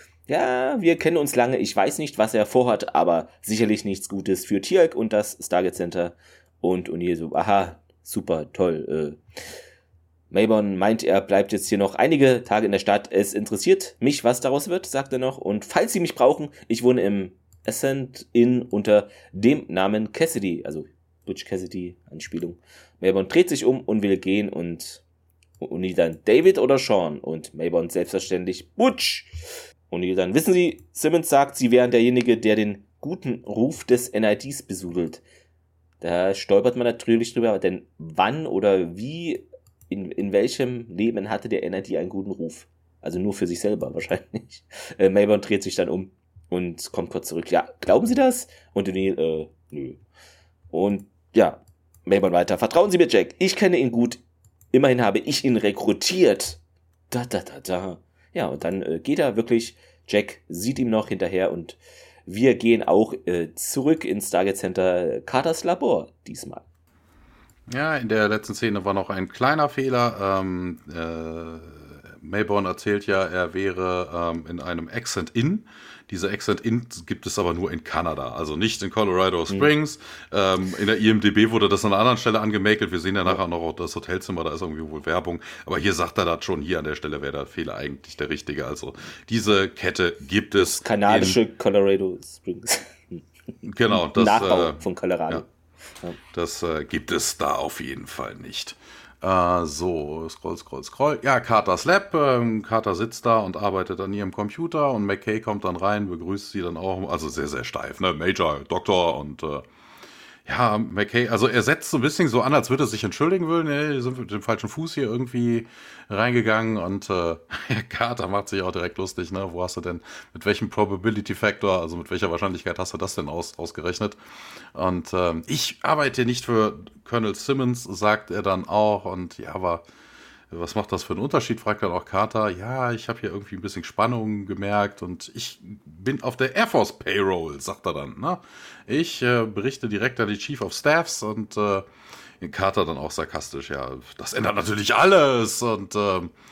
Ja, wir kennen uns lange. Ich weiß nicht, was er vorhat, aber sicherlich nichts Gutes für Teal'c und das Stargate Center. Und O'Neill so, aha, super, toll. Äh, Mayborn meint, er bleibt jetzt hier noch einige Tage in der Stadt. Es interessiert mich, was daraus wird, sagt er noch. Und falls Sie mich brauchen, ich wohne im Ascent Inn unter dem Namen Cassidy. Also Butch Cassidy, Anspielung. Mayborn dreht sich um und will gehen und O'Neill dann David oder Sean. Und Mayborn selbstverständlich Butch. O'Neill dann, wissen Sie, Simmons sagt, Sie wären derjenige, der den guten Ruf des N I Ds besudelt. Da stolpert man natürlich drüber, denn wann oder wie, in, in welchem Leben hatte der N I D einen guten Ruf? Also nur für sich selber wahrscheinlich. Äh, Mayborn dreht sich dann um und kommt kurz zurück. Ja, glauben Sie das? Und O'Neill, äh, nö. Und ja, Mayborn weiter. Vertrauen Sie mir, Jack. Ich kenne ihn gut. Immerhin habe ich ihn rekrutiert. Da, da, da, da. Ja, und dann äh, geht er wirklich. Jack sieht ihm noch hinterher und wir gehen auch äh, zurück ins Stargate Center, Carters Labor diesmal. Ja, in der letzten Szene war noch ein kleiner Fehler. Ähm, äh, Mayborn erzählt ja, er wäre ähm, in einem Accent Inn. Diese Accent Inn gibt es aber nur in Kanada, also nicht in Colorado Springs. Mhm. Ähm, in der I M D B wurde das an einer anderen Stelle angemäkelt. Wir sehen ja nachher noch das Hotelzimmer, da ist irgendwie wohl Werbung. Aber hier sagt er das schon, hier an der Stelle wäre der Fehler eigentlich der richtige. Also diese Kette gibt es. Kanadische in Colorado Springs. Genau. Das, Nachbau äh, von Colorado. Ja. Ja. Das äh, gibt es da auf jeden Fall nicht. Uh, so, scroll, scroll, scroll. Ja, Carters Lab. Ähm, Carter sitzt da und arbeitet an ihrem Computer und McKay kommt dann rein, begrüßt sie dann auch. Also sehr, sehr steif, ne? Major, Doktor und äh, ja, McKay, also er setzt so ein bisschen so an, als würde er sich entschuldigen wollen. Ne, die sind mit dem falschen Fuß hier irgendwie reingegangen und äh, Carter macht sich auch direkt lustig, ne? Wo hast du denn, mit welchem Probability Factor, also mit welcher Wahrscheinlichkeit hast du das denn aus, ausgerechnet? Und ähm, ich arbeite nicht für Colonel Simmons, sagt er dann auch. Und ja, aber was macht das für einen Unterschied, fragt dann auch Carter. Ja, ich habe hier irgendwie ein bisschen Spannung gemerkt und ich bin auf der Air Force Payroll, sagt er dann. Ne? Ich äh, berichte direkt an die Chief of Staffs und äh, Carter dann auch sarkastisch. Ja, das ändert natürlich alles. Und äh,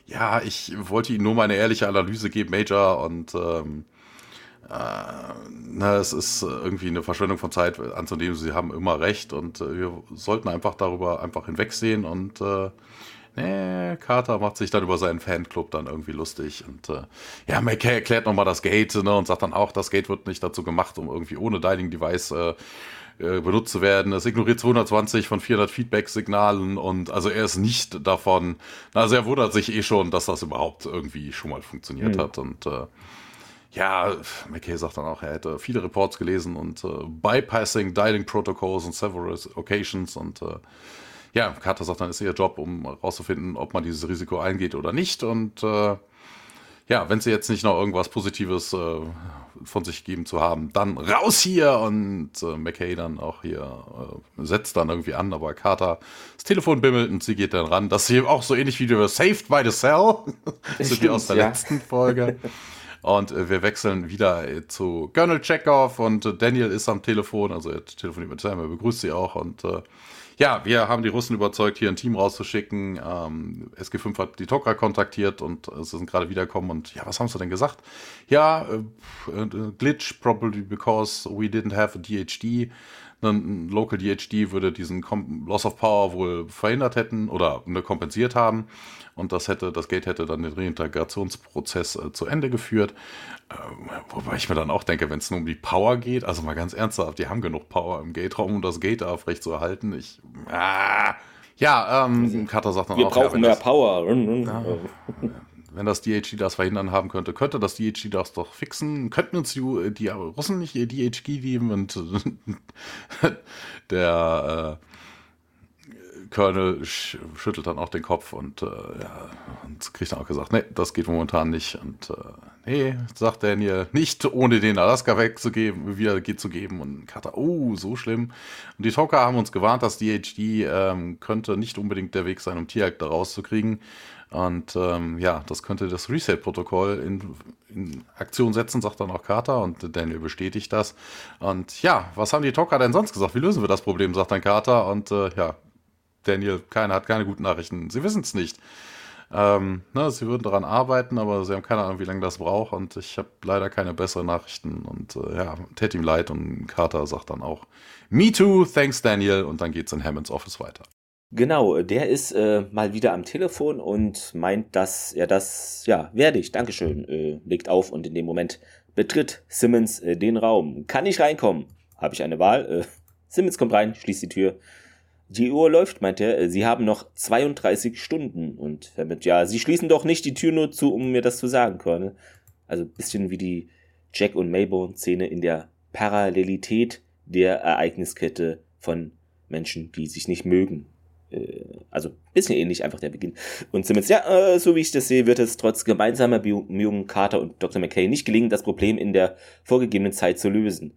ja, ich wollte Ihnen nur meine ehrliche Analyse geben, Major, und ähm, äh, na, es ist irgendwie eine Verschwendung von Zeit anzunehmen, Sie haben immer recht und äh, wir sollten einfach darüber einfach hinwegsehen und äh, nee, Carter macht sich dann über seinen Fanclub dann irgendwie lustig und äh, ja, McKay erklärt nochmal das Gate, ne, und sagt dann auch, das Gate wird nicht dazu gemacht, um irgendwie ohne Dialing Device äh, benutzt zu werden. Es ignoriert zweihundertzwanzig von vierhundert Feedback-Signalen und also er ist nicht davon, also er wundert sich eh schon, dass das überhaupt irgendwie schon mal funktioniert mhm. hat und äh, ja, McKay sagt dann auch, er hätte viele Reports gelesen und äh, bypassing Dialing Protocols on several occasions und äh, ja, Carter sagt dann, ist ihr Job, um herauszufinden, ob man dieses Risiko eingeht oder nicht und äh, ja, wenn sie jetzt nicht noch irgendwas Positives äh, von sich geben zu haben, dann raus hier und äh, McKay dann auch hier äh, setzt dann irgendwie an, aber Carter das Telefon bimmelt und sie geht dann ran. Das ist hier auch so ähnlich wie wir Saved by the Cell, so wie aus der ja. letzten Folge. Und äh, wir wechseln wieder äh, zu Colonel Chekhov und äh, Daniel ist am Telefon, also er telefoniert mit Sam, er begrüßt sie auch und äh, ja, wir haben die Russen überzeugt, hier ein Team rauszuschicken. Ähm, S G fünf hat die Tok'ra kontaktiert und äh, sie sind gerade wiedergekommen. Und ja, was haben sie denn gesagt? Ja, äh, Glitch, probably because we didn't have a D H D. Ein Local D H D würde diesen Com- Loss of Power wohl verhindert hätten oder ne, kompensiert haben. Und das hätte, das Gate hätte dann den Reintegrationsprozess äh, zu Ende geführt. Äh, wobei ich mir dann auch denke, wenn es nur um die Power geht, also mal ganz ernsthaft, die haben genug Power im Gate-Raum, um das Gate aufrecht zu erhalten. Ich, ah, ja, ähm, Carter sagt dann wir auch, brauchen ja, mehr das, Power. Ja, wenn das D H D das verhindern haben könnte, könnte das D H D das doch fixen. Könnten uns die, die Russen nicht ihr D H D geben? Und der äh, Colonel sch- schüttelt dann auch den Kopf und, äh, ja, und kriegt dann auch gesagt, nee, das geht momentan nicht. Und äh, nee, sagt Daniel, nicht ohne den Alaska wegzugeben, wieder geht zu geben. Und Carter, oh, so schlimm. Und die Tok'ra haben uns gewarnt, dass D H D ähm, könnte nicht unbedingt der Weg sein, um Tiag da rauszukriegen. Und ähm, ja, das könnte das Reset-Protokoll in, in Aktion setzen, sagt dann auch Carter und Daniel bestätigt das. Und ja, was haben die Tok'ra denn sonst gesagt? Wie lösen wir das Problem, sagt dann Carter. Und äh, ja, Daniel, keiner hat keine guten Nachrichten. Sie wissen es nicht. Ähm, ne, sie würden daran arbeiten, aber sie haben keine Ahnung, wie lange das braucht. Und ich habe leider keine besseren Nachrichten. Und äh, ja, tät ihm leid. Und Carter sagt dann auch, me too, thanks Daniel. Und dann geht's in Hammonds Office weiter. Genau, der ist äh, mal wieder am Telefon und meint, dass er das, ja, werde ich, Dankeschön, äh, legt auf und in dem Moment betritt Simmons äh, den Raum. Kann ich reinkommen? Habe ich eine Wahl? Äh, Simmons kommt rein, schließt die Tür. Die Uhr läuft, meint er, Sie haben noch zweiunddreißig Stunden. Und damit, ja, Sie schließen doch nicht die Tür nur zu, um mir das zu sagen, Colonel. Also ein bisschen wie die Jack- und Mayborn-Szene in der Parallelität der Ereigniskette von Menschen, die sich nicht mögen. Äh, also ein bisschen ähnlich, einfach der Beginn. Und Simmons, ja, äh, so wie ich das sehe, wird es trotz gemeinsamer Bemühungen Carter und Doktor McKay nicht gelingen, das Problem in der vorgegebenen Zeit zu lösen.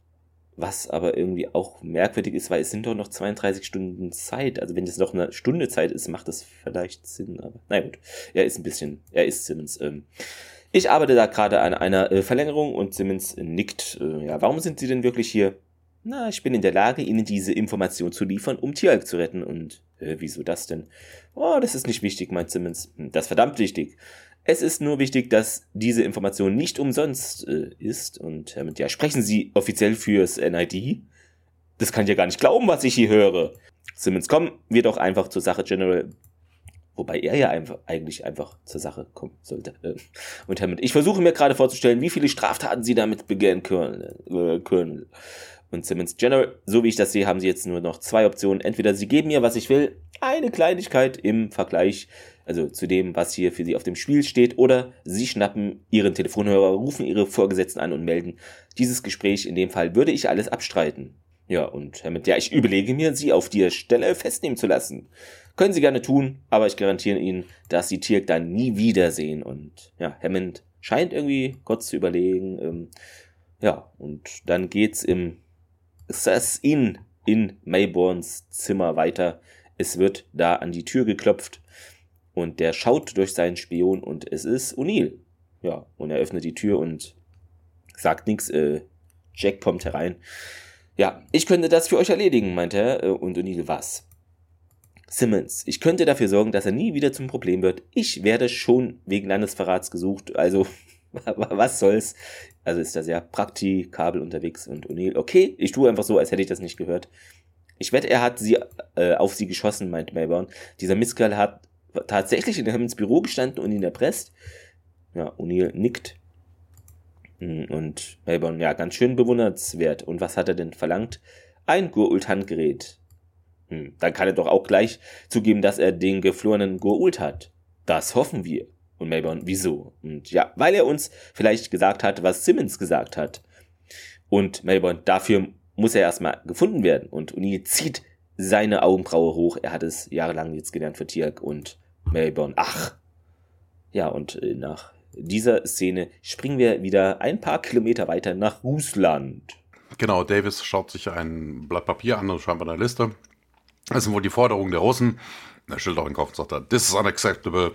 Was aber irgendwie auch merkwürdig ist, weil es sind doch noch zweiunddreißig Stunden Zeit. Also wenn es noch eine Stunde Zeit ist, macht das vielleicht Sinn. Aber na gut, er ist ein bisschen, er ist Simmons. Ähm, ich arbeite da gerade an einer äh, Verlängerung und Simmons äh, nickt. Äh, ja, warum sind Sie denn wirklich hier? Na, ich bin in der Lage, Ihnen diese Information zu liefern, um Tiag zu retten. Und äh, wieso das denn? Oh, das ist nicht wichtig, meint Simmons. Das ist verdammt wichtig. Es ist nur wichtig, dass diese Information nicht umsonst äh, ist. Und äh, ja, sprechen Sie offiziell fürs N I D? Das kann ich ja gar nicht glauben, was ich hier höre. Simmons, kommen wir doch einfach zur Sache, General. Wobei er ja einfach, eigentlich einfach zur Sache kommen sollte. Und Hammond, ich versuche mir gerade vorzustellen, wie viele Straftaten Sie damit begehen können. Äh, können. Und Simmons, General, so wie ich das sehe, haben Sie jetzt nur noch zwei Optionen. Entweder Sie geben mir, was ich will, eine Kleinigkeit im Vergleich, also zu dem, was hier für Sie auf dem Spiel steht, oder Sie schnappen Ihren Telefonhörer, rufen Ihre Vorgesetzten an und melden dieses Gespräch. In dem Fall würde ich alles abstreiten. Ja, und Hammond, ja, ich überlege mir, Sie auf der Stelle festnehmen zu lassen. Können Sie gerne tun, aber ich garantiere Ihnen, dass Sie Tiag dann nie wiedersehen. Und ja, Hammond scheint irgendwie kurz zu überlegen. Ähm, ja, und dann geht's im in, in Mayborns Zimmer weiter. Es wird da an die Tür geklopft und der schaut durch seinen Spion und es ist O'Neill. Ja, und er öffnet die Tür und sagt nichts. Äh, Jack kommt herein. Ja, ich könnte das für euch erledigen, meint er. Und O'Neill, was? Simmons, ich könnte dafür sorgen, dass er nie wieder zum Problem wird. Ich werde schon wegen Landesverrats gesucht, also was soll's. Also ist da sehr praktikabel unterwegs und O'Neill, okay, ich tue einfach so, als hätte ich das nicht gehört. Ich wette, er hat sie äh, auf sie geschossen, meint Mayborn. Dieser Mistkerl hat tatsächlich in Hammonds Büro gestanden und ihn erpresst. Ja, O'Neill nickt. Und Mayborn, ja, ganz schön bewundernswert. Und was hat er denn verlangt? Ein Gur-Ult-Handgerät. Hm, dann kann er doch auch gleich zugeben, dass er den geflohenen Gur-Ult hat. Das hoffen wir. Und Mayborn, wieso? Und ja, weil er uns vielleicht gesagt hat, was Simmons gesagt hat. Und Mayborn, dafür muss er erstmal gefunden werden. Und O'Neill zieht seine Augenbraue hoch. Er hat es jahrelang jetzt gelernt für Teal'c und Mayborn. Ach. Ja, und nach dieser Szene springen wir wieder ein paar Kilometer weiter nach Russland. Genau, Davis schaut sich ein Blatt Papier an und schreibt eine Liste. Das sind wohl die Forderungen der Russen. Er stellt auch den Kopf und sagt dann, this is unacceptable.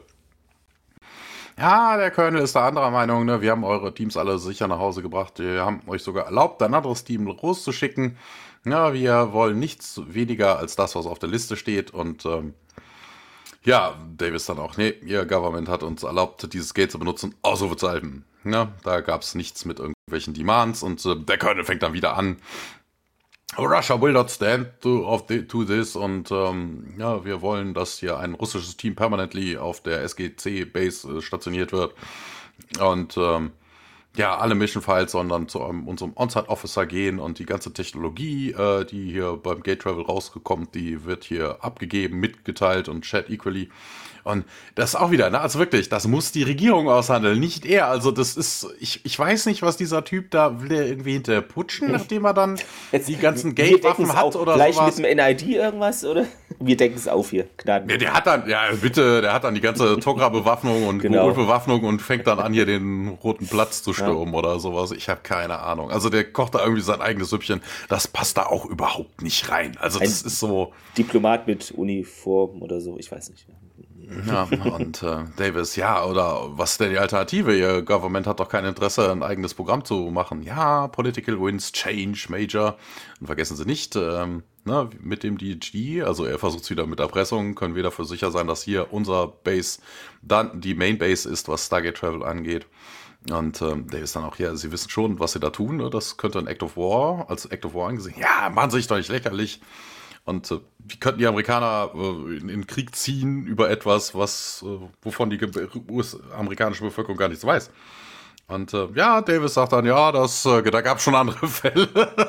Ja, der Colonel ist da anderer Meinung. Ne? Wir haben eure Teams alle sicher nach Hause gebracht. Wir haben euch sogar erlaubt, ein anderes Team loszuschicken. Ja, wir wollen nichts weniger als das, was auf der Liste steht. Und ähm, ja, Davis dann auch, nee, ihr Government hat uns erlaubt, dieses Gate zu benutzen. Ausrufezeichen. Ja, da gab es nichts mit irgendwelchen Demands. Und äh, der Colonel fängt dann wieder an. Russia will not stand to, of the, to this und ähm, ja, wir wollen, dass hier ein russisches Team permanently auf der S G C-Base äh, stationiert wird und ähm, ja, alle Mission-Files sollen dann zu um, unserem On-Site-Officer gehen und die ganze Technologie, äh, die hier beim Gate-Travel rausgekommen, die wird hier abgegeben, mitgeteilt und shared equally. Und das ist auch wieder, ne, also wirklich, das muss die Regierung aushandeln, nicht er. Also das ist, ich, ich weiß nicht, was dieser Typ da, will er irgendwie hinterher putschen, nachdem er dann Jetzt, die ganzen Gate-Waffen hat oder vielleicht sowas. Vielleicht mit dem N I D irgendwas, oder? Wir decken es auf hier, Gnaden. Ja, der hat dann, ja bitte, der hat dann die ganze Togra-Bewaffnung und genau. Gur-Ult-Bewaffnung und fängt dann an, hier den Roten Platz zu stürmen ja. oder sowas. Ich habe keine Ahnung. Also der kocht da irgendwie sein eigenes Süppchen. Das passt da auch überhaupt nicht rein. Also das Ein ist so... Diplomat mit Uniform oder so, ich weiß nicht. Ja, und äh, Davis, ja, oder was ist denn die Alternative? Ihr Government hat doch kein Interesse, ein eigenes Programm zu machen. Ja, Political Wins, Change, Major. Und vergessen Sie nicht, ähm, ne, mit dem D H D, also er versucht es wieder mit Erpressung, können wir dafür sicher sein, dass hier unser Base dann die Main Base ist, was Stargate Travel angeht. Und ähm, Davis dann auch, ja, Sie wissen schon, was Sie da tun, ne? Das könnte ein Act of War, als Act of War angesehen. Ja, machen Sie sich doch nicht lächerlich. Und äh, wie könnten die Amerikaner äh, in den Krieg ziehen über etwas, was äh, wovon die U S-amerikanische Bevölkerung gar nichts weiß? Und äh, ja, Davis sagt dann, ja, das, äh, da gab es schon andere Fälle.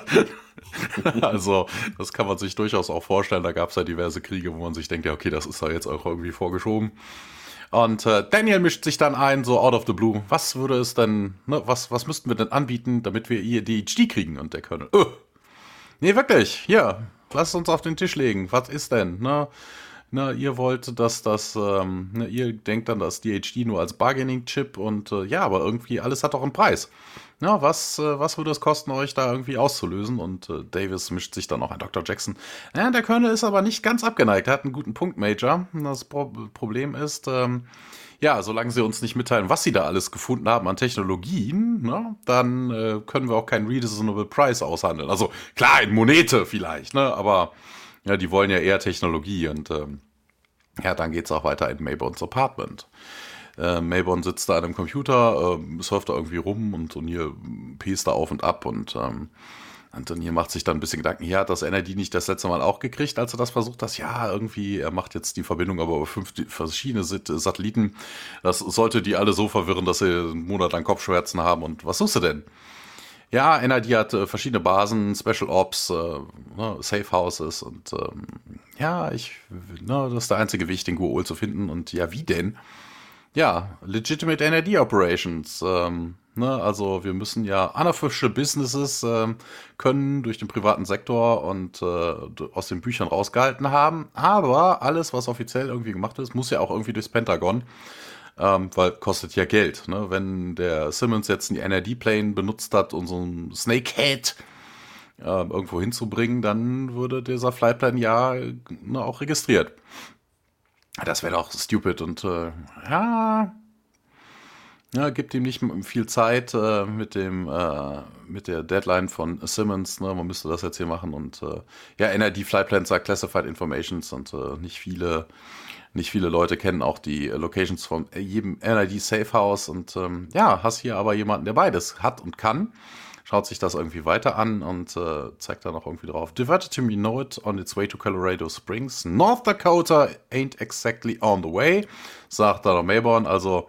Also, das kann man sich durchaus auch vorstellen. Da gab es ja diverse Kriege, wo man sich denkt, ja, okay, das ist da jetzt auch irgendwie vorgeschoben. Und äh, Daniel mischt sich dann ein, so out of the blue. Was würde es denn, ne, was, was müssten wir denn anbieten, damit wir hier D H D kriegen? Und der Colonel, öh, nee, wirklich, hier. Lasst uns auf den Tisch legen. Was ist denn? Ne? Ne, ihr wollt, dass das, ähm, ne, ihr denkt dann, das D H D nur als Bargaining-Chip und äh, ja, aber irgendwie alles hat doch einen Preis. Ja, was, äh, was würde es kosten, euch da irgendwie auszulösen? Und äh, Davis mischt sich dann auch ein Doktor Jackson. Ja, der Colonel ist aber nicht ganz abgeneigt. Er hat einen guten Punkt, Major. Das Pro- Problem ist, ähm, ja, solange sie uns nicht mitteilen, was sie da alles gefunden haben an Technologien, ne, dann äh, können wir auch keinen Reasonable Price aushandeln. Also klar, in Monete vielleicht, ne, aber ja, die wollen ja eher Technologie und ähm, ja, dann geht's auch weiter in Mayborns Apartment. Äh, Mayborn sitzt da an einem Computer, äh, surft da irgendwie rum und, und hier pest da auf und ab und ähm, Und dann hier macht sich dann ein bisschen Gedanken, hier hat das N I D nicht das letzte Mal auch gekriegt, als er das versucht hat. Ja, irgendwie, er macht jetzt die Verbindung aber über fünf verschiedene Satelliten. Das sollte die alle so verwirren, dass sie einen Monat lang Kopfschmerzen haben. Und was suchst du denn? Ja, N I D hat äh, verschiedene Basen, Special Ops, äh, ne, Safe Houses und ähm, ja, ich, ne, das ist der einzige Weg, den Gur-Ult zu finden. Und ja, wie denn? Ja, Legitimate N I D Operations. Ähm, ne, also wir müssen ja unofficial Businesses ähm, können durch den privaten Sektor und äh, aus den Büchern rausgehalten haben. Aber alles, was offiziell irgendwie gemacht ist, muss ja auch irgendwie durchs Pentagon. Ähm, weil kostet ja Geld. Ne? Wenn der Simmons jetzt einen N I D-Plane benutzt hat, um so einen Snakehead äh, irgendwo hinzubringen, dann würde dieser Flightplan ja ne, auch registriert. Das wäre doch stupid und äh, ja, Ja, gibt ihm nicht viel Zeit äh, mit dem äh, mit der Deadline von Simmons. Ne? Man müsste das jetzt hier machen und äh, ja, N R D Flight Plans are Classified Informations und äh, nicht viele nicht viele Leute kennen auch die Locations von jedem N R D Safe House und ähm, ja, hast hier aber jemanden, der beides hat und kann. Schaut sich das irgendwie weiter an und äh, zeigt dann auch irgendwie drauf. Diverted to me know it on its way to Colorado Springs. North Dakota ain't exactly on the way, sagt dann Mayborn. Also,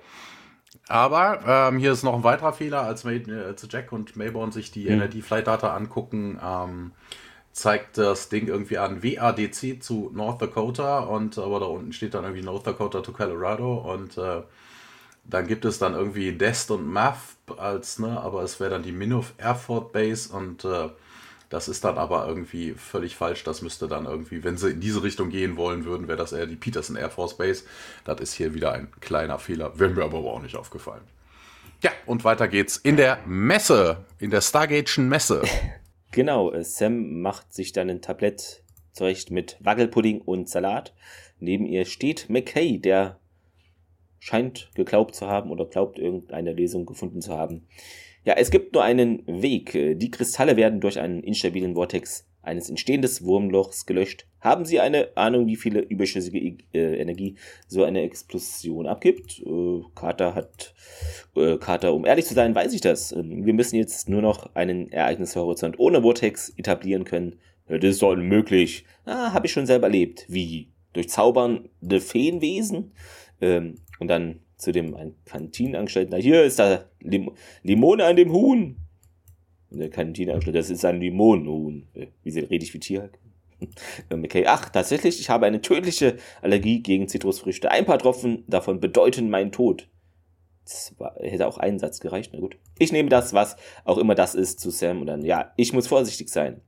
aber ähm, hier ist noch ein weiterer Fehler, als, May, äh, als Jack und Mayborn sich die mhm. N R D-Flight-Data angucken, ähm, zeigt das Ding irgendwie an W A D C zu North Dakota und aber da unten steht dann irgendwie North Dakota to Colorado und äh, dann gibt es dann irgendwie Dest und Math als, ne, aber es wäre dann die Minuf Air Force Base und äh, das ist dann aber irgendwie völlig falsch. Das müsste dann irgendwie, wenn sie in diese Richtung gehen wollen würden, wäre das eher die Peterson Air Force Base. Das ist hier wieder ein kleiner Fehler, wäre mir aber auch nicht aufgefallen. Ja, und weiter geht's in der Messe, in der Stargate'schen Messe. Genau, Sam macht sich dann ein Tablett zurecht mit Wackelpudding und Salat. Neben ihr steht McKay, der scheint geglaubt zu haben oder glaubt, irgendeine Lösung gefunden zu haben. Ja, es gibt nur einen Weg. Die Kristalle werden durch einen instabilen Vortex eines entstehenden Wurmlochs gelöscht. Haben Sie eine Ahnung, wie viele überschüssige äh, Energie so eine Explosion abgibt? Äh, Carter hat, äh, Carter, um ehrlich zu sein, weiß ich das. Wir müssen jetzt nur noch einen Ereignishorizont ohne Vortex etablieren können. Das ist doch unmöglich. Ah, habe ich schon selber erlebt. Wie? Durch zaubernde Feenwesen? Ähm, Und dann zu dem Kantinenangestellten, na hier ist da Lim- Limone an dem Huhn. Und der Kantinenangestellte, das ist ein Limonenhuhn. Wie rede ich wie Tier? Okay, ach, tatsächlich, ich habe eine tödliche Allergie gegen Zitrusfrüchte. Ein paar Tropfen davon bedeuten meinen Tod. Das war, hätte auch einen Satz gereicht, na gut. Ich nehme das, was auch immer das ist, zu Sam und dann, ja, ich muss vorsichtig sein.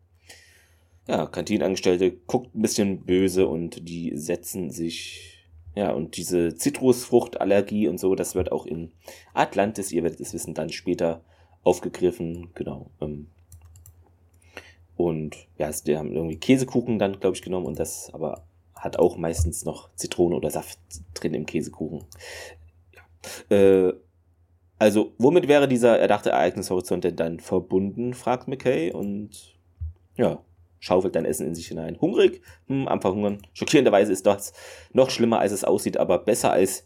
Ja, Kantinenangestellte guckt ein bisschen böse und die setzen sich... Ja, und diese Zitrusfruchtallergie und so, das wird auch in Atlantis, ihr werdet es wissen, dann später aufgegriffen, genau. Und ja, die haben irgendwie Käsekuchen dann, glaube ich, genommen und das aber hat auch meistens noch Zitrone oder Saft drin im Käsekuchen. Ja. Äh, also, womit wäre dieser erdachte Ereignishorizont denn dann verbunden, fragt McKay und ja, schaufelt dein Essen in sich hinein. Hungrig? Hm, am Verhungern. Schockierenderweise ist das noch schlimmer, als es aussieht, aber besser als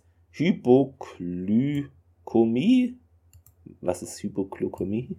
Hypoglykämie? Was ist Hypoglykämie?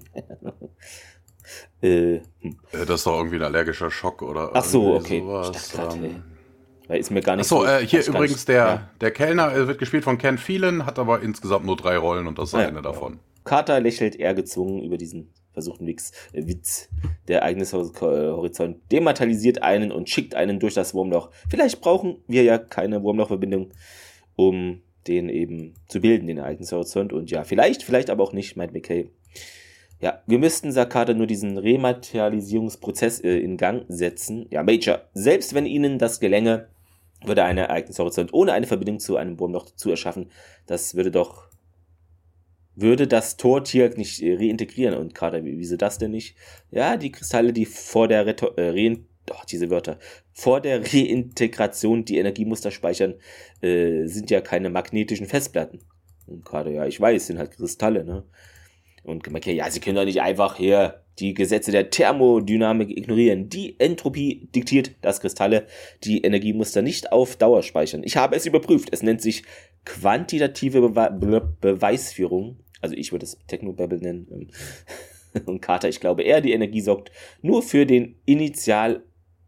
äh, hm. Das ist doch irgendwie ein allergischer Schock oder Ach so, okay. sowas. Ähm, da ist mir gar nicht Ach so, so... äh, hier übrigens nicht, der, ja. der Kellner äh, wird gespielt von Ken Phelan, hat aber insgesamt nur drei Rollen und das ist ja, eine davon. Carter lächelt eher gezwungen über diesen versuchten Witz. Äh, Witz. Der Ereignishorizont dematerialisiert einen und schickt einen durch das Wurmloch. Vielleicht brauchen wir ja keine Wurmlochverbindung, um den eben zu bilden, den Ereignishorizont. Und ja, vielleicht, vielleicht aber auch nicht, meint McKay. Ja, wir müssten, sagt Carter, nur diesen Rematerialisierungsprozess äh, in Gang setzen. Ja, Major, selbst wenn Ihnen das gelänge, würde ein Ereignishorizont ohne eine Verbindung zu einem Wurmloch zu erschaffen, das würde doch würde das Tortier nicht äh, reintegrieren. Und Carter, wieso das denn nicht? Ja, die Kristalle, die vor der Reto- äh, Rein- oh, diese Wörter, vor der Reintegration die Energiemuster speichern, äh, sind ja keine magnetischen Festplatten. Und Carter, ja, ich weiß, sind halt Kristalle, ne? Und okay, ja, sie können doch nicht einfach hier die Gesetze der Thermodynamik ignorieren. Die Entropie diktiert, dass Kristalle die Energiemuster nicht auf Dauer speichern. Ich habe es überprüft. Es nennt sich quantitative Bewe- Be- Beweisführung. Also ich würde es Technobabble nennen. Und Carter, ich glaube eher, die Energie sorgt nur für den Initial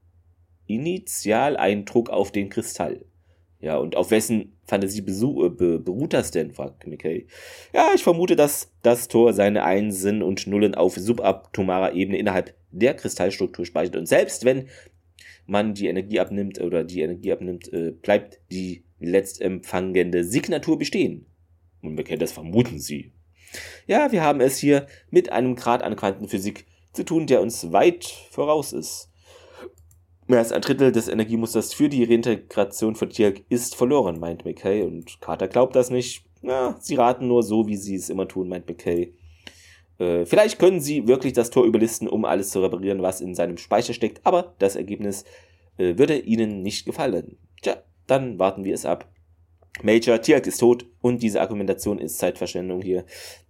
Initialeindruck auf den Kristall. Ja, und auf wessen Fantasie besu- be- beruht das denn, fragt McKay. Ja, ich vermute, dass das Tor seine Einsen und Nullen auf subatomarer Ebene innerhalb der Kristallstruktur speichert. Und selbst wenn man die Energie abnimmt oder die Energie abnimmt, äh, bleibt die letztempfangende Signatur bestehen. Und McKay, das vermuten sie. Ja, wir haben es hier mit einem Grad an Quantenphysik zu tun, der uns weit voraus ist. Mehr als ein Drittel des Energiemusters für die Reintegration von Tirk ist verloren, meint McKay. Und Carter glaubt das nicht. Ja, sie raten nur so, wie sie es immer tun, meint McKay. Äh, vielleicht können sie wirklich das Tor überlisten, um alles zu reparieren, was in seinem Speicher steckt. Aber das Ergebnis äh, würde ihnen nicht gefallen. Tja, dann warten wir es ab. Major, Tiag ist tot und diese Argumentation ist Zeitverschwendung hier.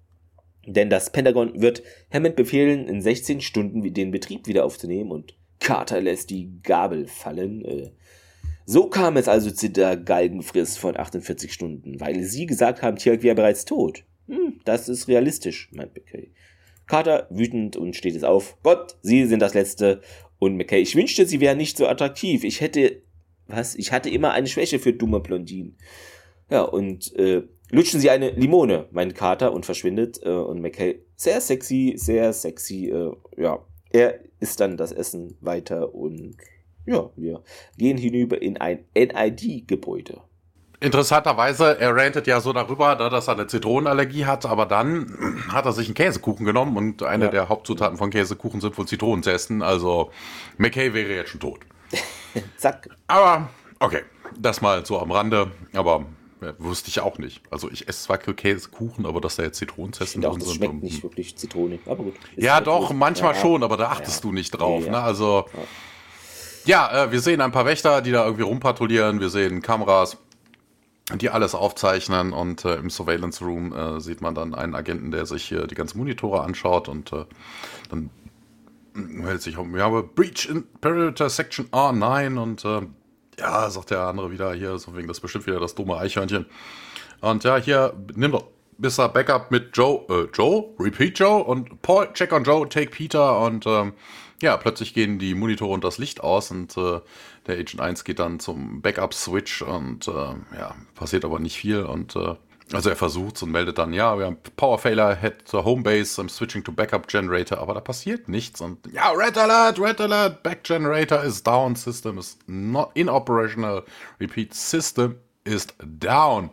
Denn das Pentagon wird Hammond befehlen, in sechzehn Stunden den Betrieb wieder aufzunehmen und Carter lässt die Gabel fallen. So kam es also zu der Galgenfrist von achtundvierzig Stunden, weil sie gesagt haben, Tiag wäre bereits tot. Hm, das ist realistisch, meint McKay. Carter wütend und steht es auf. Gott, Sie sind das Letzte. Und McKay, ich wünschte, Sie wären nicht so attraktiv. Ich hätte, was? Ich hatte immer eine Schwäche für dumme Blondinen. Ja, und äh, lutschen Sie eine Limone, meint Carter und verschwindet. Äh, und McKay, sehr sexy, sehr sexy. Äh, ja, er isst dann das Essen weiter und ja, wir gehen hinüber in ein N I D-Gebäude. Interessanterweise, er rantet ja so darüber, dass er eine Zitronenallergie hat, aber dann hat er sich einen Käsekuchen genommen und eine ja. der Hauptzutaten von Käsekuchen sind wohl Zitronenzesten, also McKay wäre jetzt schon tot. Zack. Aber, okay, das mal so am Rande, aber ja, wusste ich auch nicht. Also ich esse zwar Käsekuchen, aber dass da jetzt Zitronenzesten drin sind. Das schmeckt nicht wirklich zitronig, aber gut. Ja halt doch, gut. manchmal ja. schon, aber da achtest ja. du nicht drauf, ja, ja. ne, also... Ja. Ja, äh, wir sehen ein paar Wächter, die da irgendwie rumpatrouillieren. Wir sehen Kameras, die alles aufzeichnen. Und äh, im Surveillance Room äh, sieht man dann einen Agenten, der sich äh, die ganzen Monitore anschaut. Und äh, dann hält sich um, ja, Breach in Perimeter Section R neun. Und äh, ja, sagt der andere wieder hier, so wegen das bestimmt wieder das dumme Eichhörnchen. Und ja, hier, nimm doch bisher Backup mit Joe. Äh, Joe? Repeat Joe? Und Paul, check on Joe, take Peter. Und ähm, ja, plötzlich gehen die Monitore und das Licht aus und äh, der Agent eins geht dann zum Backup-Switch und äh, ja, passiert aber nicht viel und äh, also er versucht's und meldet dann, ja, wir haben Power Failure, Head to Homebase, I'm switching to Backup Generator, aber da passiert nichts und ja, Red Alert, Red Alert, Back Generator is down, System is not inoperational, repeat, System is down.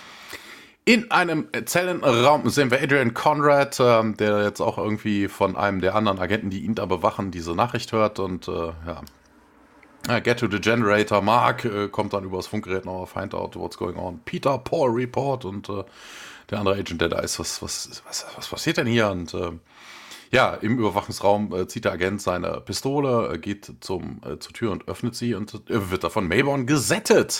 In einem Zellenraum sehen wir Adrian Conrad, ähm, der jetzt auch irgendwie von einem der anderen Agenten, die ihn da bewachen, diese Nachricht hört und äh, ja, get to the generator, Mark äh, kommt dann übers Funkgerät nochmal, find out what's going on, Peter, Paul, report und äh, der andere Agent, der da ist, was, was, was, was passiert denn hier? Und äh, ja, im Überwachungsraum äh, zieht der Agent seine Pistole, äh, geht zum, äh, zur Tür und öffnet sie und äh, wird da von Mayborn gesettet.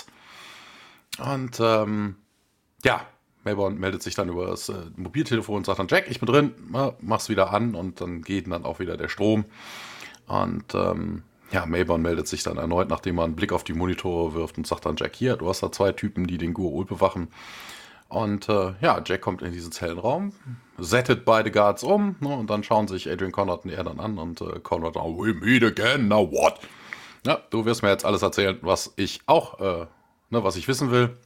Und ähm, ja, Mayborn meldet sich dann über das äh, Mobiltelefon und sagt dann, Jack, ich bin drin, mach's wieder an und dann geht dann auch wieder der Strom. Und ähm, ja, Mayborn meldet sich dann erneut, nachdem man einen Blick auf die Monitore wirft und sagt dann, Jack, hier, du hast da zwei Typen, die den Gua'ul bewachen. Und äh, ja, Jack kommt in diesen Zellenraum, settet beide Guards um, ne, und dann schauen sich Adrian Conrad und er dann an und äh, Conrad, oh, we meet again, now what? Ja, du wirst mir jetzt alles erzählen, was ich auch, äh, ne, was ich wissen will.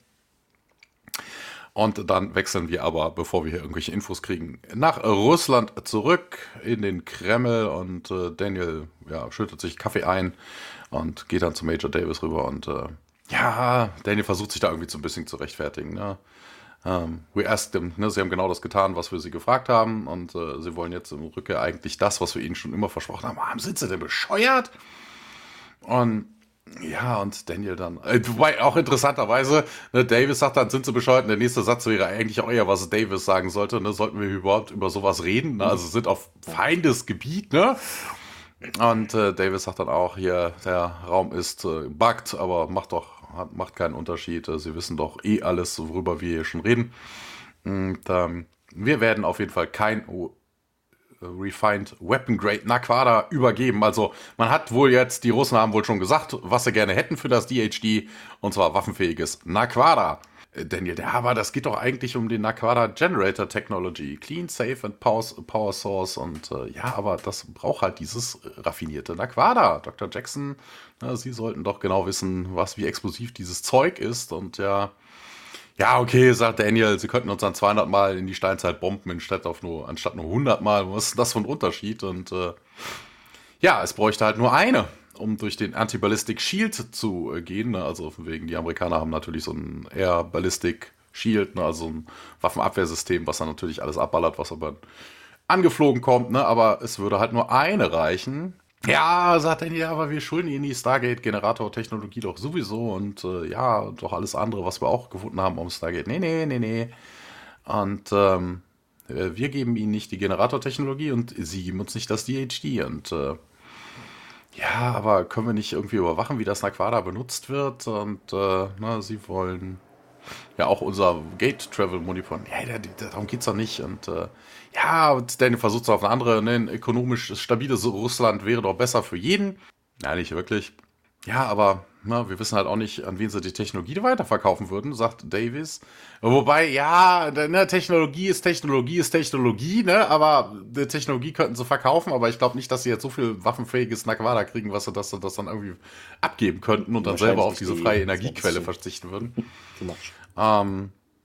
Und dann wechseln wir aber, bevor wir hier irgendwelche Infos kriegen, nach Russland zurück in den Kreml und äh, Daniel ja, schüttet sich Kaffee ein und geht dann zu Major Davis rüber und äh, ja, Daniel versucht sich da irgendwie so ein bisschen zu rechtfertigen. Ne? Um, we asked them, ne? Sie haben genau das getan, was wir sie gefragt haben und äh, sie wollen jetzt im Rückkehr eigentlich das, was wir ihnen schon immer versprochen haben. Ah, sind sie denn bescheuert? Und ja, und Daniel dann, äh, wobei auch interessanterweise, ne, Davis sagt dann, sind sie bescheuert? Und der nächste Satz wäre eigentlich auch eher, was Davis sagen sollte, ne? Sollten wir überhaupt über sowas reden? Ne? Also sind auf Feindesgebiet, ne? Und äh, Davis sagt dann auch, hier, der Raum ist äh, bugged, aber macht doch, hat, macht keinen Unterschied. Äh, sie wissen doch eh alles, worüber wir hier schon reden. Und ähm, wir werden auf jeden Fall kein oh, Refined Weapon Grade Naquadar übergeben. Also man hat wohl jetzt, die Russen haben wohl schon gesagt, was sie gerne hätten für das D H D, und zwar waffenfähiges Naquadar. Äh, Daniel, ja, aber das geht doch eigentlich um den Naquadar Generator Technology. Clean, safe and power source. Und äh, ja, aber das braucht halt dieses raffinierte Naquadar. Doktor Jackson, na, Sie sollten doch genau wissen, was wie explosiv dieses Zeug ist. Und ja, ja, okay, sagt Daniel, Sie könnten uns dann zweihundert Mal in die Steinzeit bomben, anstatt, auf nur, anstatt nur hundert Mal. Was ist das für ein Unterschied? Und äh, ja, es bräuchte halt nur eine, um durch den Anti-Ballistic Shield zu äh, gehen. Ne? Also von wegen, die Amerikaner haben natürlich so ein Air Ballistic Shield, ne? Also ein Waffenabwehrsystem, was dann natürlich alles abballert, was aber angeflogen kommt. Ne? Aber es würde halt nur eine reichen. Ja, sagt er, ja, aber wir schulden ihnen die Stargate-Generator-Technologie doch sowieso und äh, ja, doch alles andere, was wir auch gefunden haben um Stargate. Nee, nee, nee, nee. Und ähm, wir geben ihnen nicht die Generator-Technologie und sie geben uns nicht das D H D. Und äh, ja, aber können wir nicht irgendwie überwachen, wie das Naquadar benutzt wird? Und äh, na, sie wollen ja auch unser Gate-Travel-Monitor. Ja, der, der, darum geht's doch nicht. Und äh, ja, und Daniel versucht es auf eine andere, ne, ein ökonomisch stabiles Russland wäre doch besser für jeden. Ja, nicht wirklich. Ja, aber na, wir wissen halt auch nicht, an wen sie die Technologie weiterverkaufen würden, sagt Davis. Wobei, ja, ne, Technologie ist Technologie ist Technologie, ne? Aber die Technologie könnten sie verkaufen, aber ich glaube nicht, dass sie jetzt so viel waffenfähiges Naquada kriegen, was sie das, das dann irgendwie abgeben könnten und dann selber auf diese freie Energiequelle verzichten würden. ähm,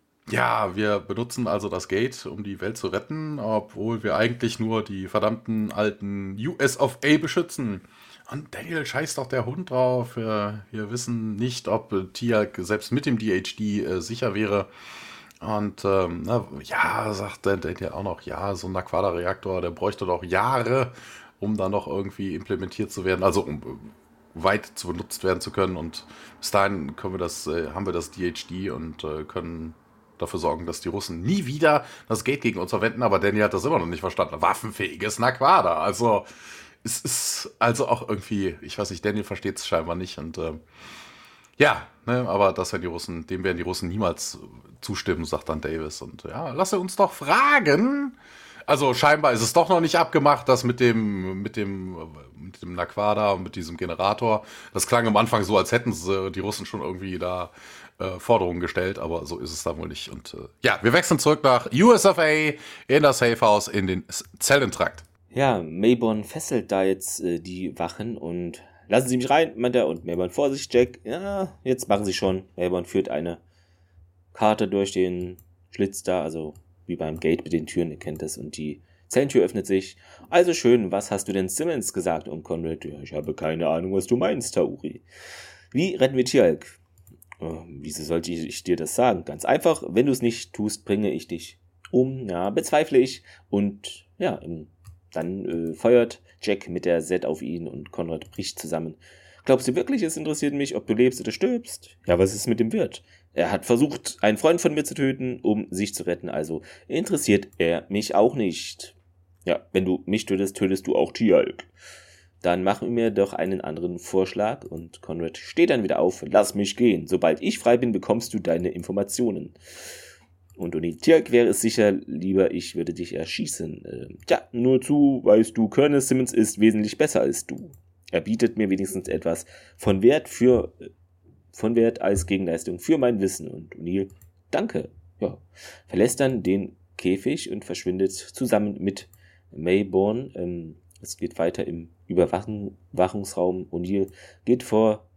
ja, wir benutzen also das Gate, um die Welt zu retten, obwohl wir eigentlich nur die verdammten alten U S of A beschützen. Und Daniel, scheiß doch der Hund drauf. Wir, wir wissen nicht, ob äh, Tialk selbst mit dem D H D äh, sicher wäre. Und ähm, na, ja, sagt der Daniel auch noch, ja, so ein Naquada-Reaktor, der bräuchte doch Jahre, um dann noch irgendwie implementiert zu werden, also um äh, weit zu benutzt werden zu können. Und bis dahin können wir das, äh, haben wir das D H D und äh, können dafür sorgen, dass die Russen nie wieder das Gate gegen uns verwenden. Aber Daniel hat das immer noch nicht verstanden. Waffenfähiges Naquada, also... Es ist also auch irgendwie, ich weiß nicht, Daniel versteht es scheinbar nicht und äh, ja, ne, aber das werden die Russen, dem werden die Russen niemals zustimmen, sagt dann Davis und ja, lass uns doch fragen. Also scheinbar ist es doch noch nicht abgemacht, das mit dem, mit dem, mit dem Naquada und mit diesem Generator. Das klang am Anfang so, als hätten sie die Russen schon irgendwie da äh, Forderungen gestellt, aber so ist es dann wohl nicht. Und äh, ja, wir wechseln zurück nach U S of A in das Safe House in den Zellentrakt. Ja, Mayborn fesselt da jetzt äh, die Wachen und lassen Sie mich rein, meint er. Und Mayborn, Vorsicht, Jack. Ja, jetzt machen Sie schon. Mayborn führt eine Karte durch den Schlitz da, also wie beim Gate mit den Türen, ihr kennt das. Und die Zellentür öffnet sich. Also schön, was hast du denn Simmons gesagt? Und Conrad, ja, ich habe keine Ahnung, was du meinst, Tauri. Wie retten wir Tialk? Oh, wieso sollte ich dir das sagen? Ganz einfach, wenn du es nicht tust, bringe ich dich um. Ja, bezweifle ich. Und ja, im Dann äh, feuert Jack mit der Z auf ihn und Conrad bricht zusammen. Glaubst du wirklich, es interessiert mich, ob du lebst oder stirbst? Ja, was ist mit dem Wirt? Er hat versucht, einen Freund von mir zu töten, um sich zu retten, also interessiert er mich auch nicht. Ja, wenn du mich tötest, tötest du auch Tialk. Dann machen wir doch einen anderen Vorschlag und Conrad steht dann wieder auf. Lass mich gehen. Sobald ich frei bin, bekommst du deine Informationen. Und O'Neill, Tialk wäre es sicher lieber, ich würde dich erschießen. Äh, tja, nur zu, weißt du, Colonel Simmons ist wesentlich besser als du. Er bietet mir wenigstens etwas von Wert für, von Wert als Gegenleistung für mein Wissen. Und O'Neill, danke. Ja, verlässt dann den Käfig und verschwindet zusammen mit Mayborn. Ähm, es geht weiter im Überwachungsraum. O'Neill geht vor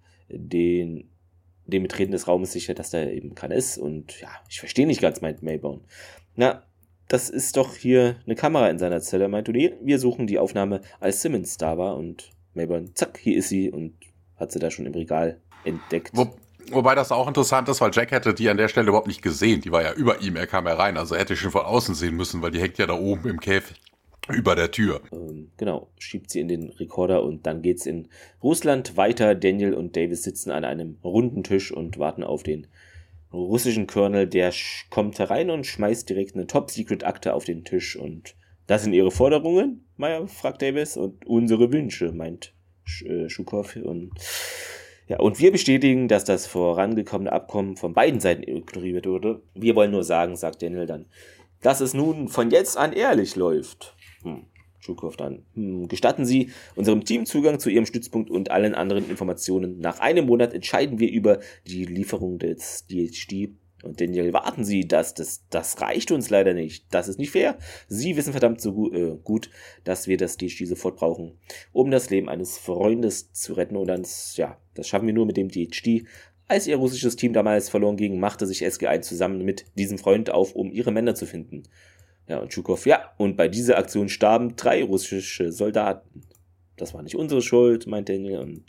den dem Betreten des Raumes sicher, dass da eben keiner ist. Und ja, ich verstehe nicht ganz, meint Mayborn. Na, das ist doch hier eine Kamera in seiner Zelle, meint O'Neill. Wir suchen die Aufnahme, als Simmons da war. Und Mayborn, zack, hier ist sie. Und hat sie da schon im Regal entdeckt. Wo, wobei das auch interessant ist, weil Jack hätte die an der Stelle überhaupt nicht gesehen. Die war ja über ihm, er kam ja rein. Also er hätte schon von außen sehen müssen, weil die hängt ja da oben im Käfig. Über der Tür. Ähm, genau, schiebt sie in den Rekorder und dann geht's in Russland weiter. Daniel und Davis sitzen an einem runden Tisch und warten auf den russischen Colonel. Der sch- kommt herein und schmeißt direkt eine Top-Secret-Akte auf den Tisch. Und das sind ihre Forderungen, Meyer, fragt Davis. Und unsere Wünsche, meint Sch- äh, Schukow. Und, ja, und wir bestätigen, dass das vorangekommene Abkommen von beiden Seiten ignoriert wurde. Wir wollen nur sagen, sagt Daniel dann, dass es nun von jetzt an ehrlich läuft. Hm. Schukow dann. Hm. Gestatten Sie unserem Team Zugang zu Ihrem Stützpunkt und allen anderen Informationen. Nach einem Monat entscheiden wir über die Lieferung des D H D. Und Daniel, warten Sie, das, das, das reicht uns leider nicht. Das ist nicht fair. Sie wissen verdammt so gu- äh, gut, dass wir das D H D sofort brauchen, um das Leben eines Freundes zu retten. Und dann, ja, das schaffen wir nur mit dem D H D. Als ihr russisches Team damals verloren ging, machte sich S G eins zusammen mit diesem Freund auf, um ihre Männer zu finden. Ja, und Schukow, ja, und bei dieser Aktion starben drei russische Soldaten. Das war nicht unsere Schuld, meint Daniel. Und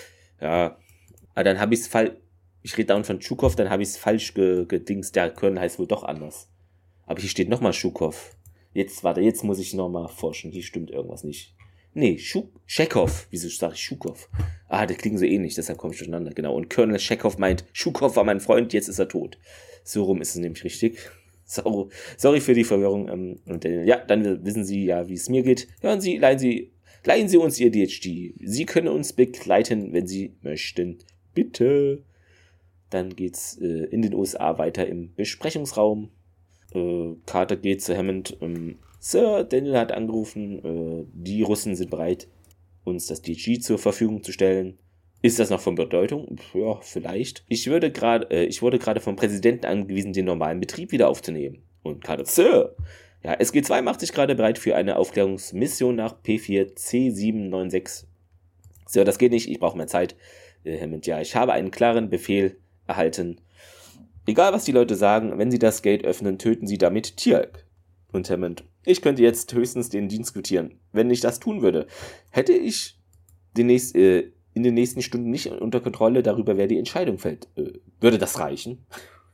ja, aber dann habe ich es falsch, ich rede dauernd von Schukow, dann habe ich es falsch ge- gedingst. Der Colonel heißt wohl doch anders. Aber hier steht nochmal Schukow. Jetzt, warte, jetzt muss ich nochmal forschen. Hier stimmt irgendwas nicht. Nee, Schu- Chekhov. Wieso sage ich Schukow? Ah, die klingen so ähnlich, deshalb komme ich durcheinander. Genau. Und Colonel Chekhov meint, Schukow war mein Freund, jetzt ist er tot. So rum ist es nämlich richtig. So, sorry für die Verwirrung. Ähm, und äh, ja, dann wissen Sie ja, wie es mir geht. Hören Sie, leihen Sie, leihen Sie uns Ihr D H D. Sie können uns begleiten, wenn Sie möchten. Bitte. Dann geht's äh, in den U S A weiter im Besprechungsraum. Äh, Carter geht zu Hammond. Ähm, Sir, Daniel hat angerufen. Äh, die Russen sind bereit, uns das D G zur Verfügung zu stellen. Ist das noch von Bedeutung? Ja, vielleicht. Ich, würde grad, äh, ich wurde gerade vom Präsidenten angewiesen, den normalen Betrieb wieder aufzunehmen. Und Carter, Sir! Ja, S G zwei macht sich gerade bereit für eine Aufklärungsmission nach P vier C sieben neun sechs. Sir, das geht nicht, ich brauche mehr Zeit. Äh, Hammond, ja, ich habe einen klaren Befehl erhalten. Egal, was die Leute sagen, wenn sie das Gate öffnen, töten sie damit Teal'c. Und Hammond, ich könnte jetzt höchstens den Dienst quittieren. Wenn ich das tun würde, hätte ich den nächst, äh, in den nächsten Stunden nicht unter Kontrolle darüber, wer die Entscheidung fällt. Äh, würde das reichen?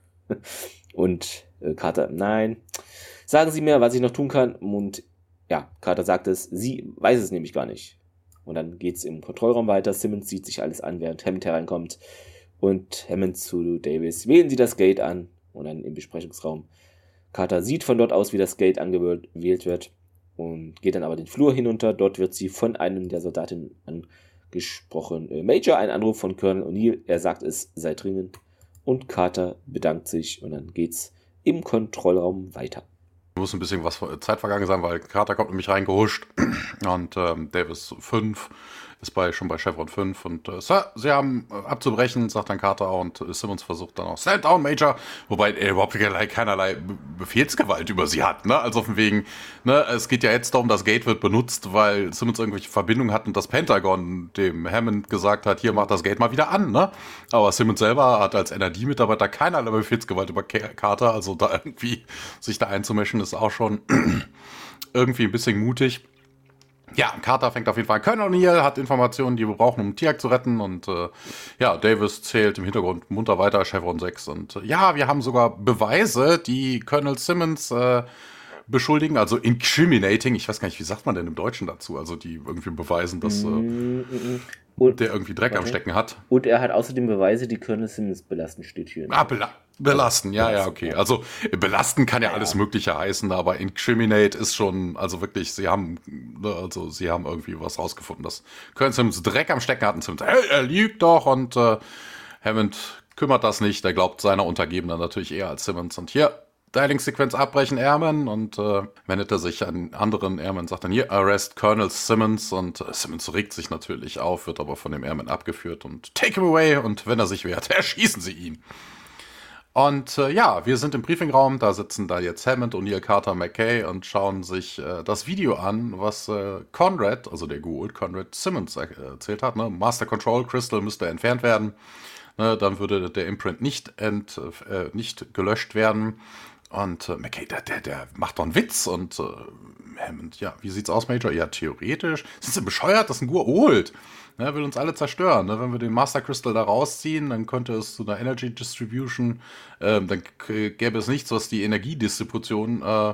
Und äh, Carter, nein. Sagen Sie mir, was ich noch tun kann. Und ja, Carter sagt es, sie weiß es nämlich gar nicht. Und dann geht's im Kontrollraum weiter. Simmons sieht sich alles an, während Hammond hereinkommt. Und Hammond zu Davis. Wählen Sie das Gate an. Und dann im Besprechungsraum. Carter sieht von dort aus, wie das Gate angewählt wird. Und geht dann aber den Flur hinunter. Dort wird sie von einem der Soldatinnen angesprochen. Äh, Major, ein Anruf von Colonel O'Neill. Er sagt, es sei dringend. Und Carter bedankt sich. Und dann geht's im Kontrollraum weiter. Muss ein bisschen was Zeit vergangen sein, weil Carter kommt nämlich reingehuscht. Und ähm, Davis fünf ist bei, schon bei Chevron fünf und äh, Sir, sie haben äh, abzubrechen, sagt dann Carter und äh, Simmons versucht dann auch Stand down, Major, wobei er überhaupt keinerlei, keinerlei Befehlsgewalt über sie hat, ne, also von wegen, ne, es geht ja jetzt darum, das Gate wird benutzt, weil Simmons irgendwelche Verbindungen hat und das Pentagon dem Hammond gesagt hat, hier, macht das Gate mal wieder an, ne, aber Simmons selber hat als N R D-Mitarbeiter keinerlei Befehlsgewalt über Carter, also da irgendwie sich da einzumischen, ist auch schon irgendwie ein bisschen mutig. Ja, Carter fängt auf jeden Fall. Colonel O'Neill hat Informationen, die wir brauchen, um Teal'c zu retten. Und äh, ja, Davis zählt im Hintergrund munter weiter, Chevron sechs. Und äh, ja, wir haben sogar Beweise, die Colonel Simmons äh, beschuldigen, also incriminating. Ich weiß gar nicht, wie sagt man denn im Deutschen dazu? Also die irgendwie beweisen, dass äh, Mm-mm. Und, der irgendwie Dreck okay. am Stecken hat. Und er hat außerdem Beweise, die Colonel Simmons belasten, steht hier. Ah, bela belasten, ja, ja, okay. Also belasten kann ja, ja alles Mögliche heißen, aber incriminate ist schon, also wirklich, sie haben, also sie haben irgendwie was rausgefunden, dass Colonel Simmons Dreck am Stecken hat und Simmons, hey, er lügt doch und äh, Hammond kümmert das nicht, der glaubt seiner Untergebenen natürlich eher als Simmons und hier, Dialing-Sequenz abbrechen, Airman und äh, wendet er sich an anderen Airman, sagt dann hier, arrest Colonel Simmons und äh, Simmons regt sich natürlich auf, wird aber von dem Airman abgeführt und take him away und wenn er sich wehrt, erschießen sie ihn. Und äh, ja, wir sind im Briefingraum, da sitzen da jetzt Hammond, O'Neill, Carter, McKay und schauen sich äh, das Video an, was äh, Conrad, also der Goa'uld Conrad Simmons äh, erzählt hat, ne? Master Control Crystal müsste entfernt werden, ne? Dann würde der Imprint nicht, ent, äh, nicht gelöscht werden. Und äh, McKay, der, der, der macht doch einen Witz und äh, Hammond, ja, wie sieht's aus, Major? Ja, theoretisch. Sind Sie bescheuert? Das ist ein Goa'uld. Ne, will uns alle zerstören. Ne? Wenn wir den Master Crystal da rausziehen, dann könnte es zu einer Energy Distribution, ähm, dann gäbe es nichts, was die Energiedistribution äh,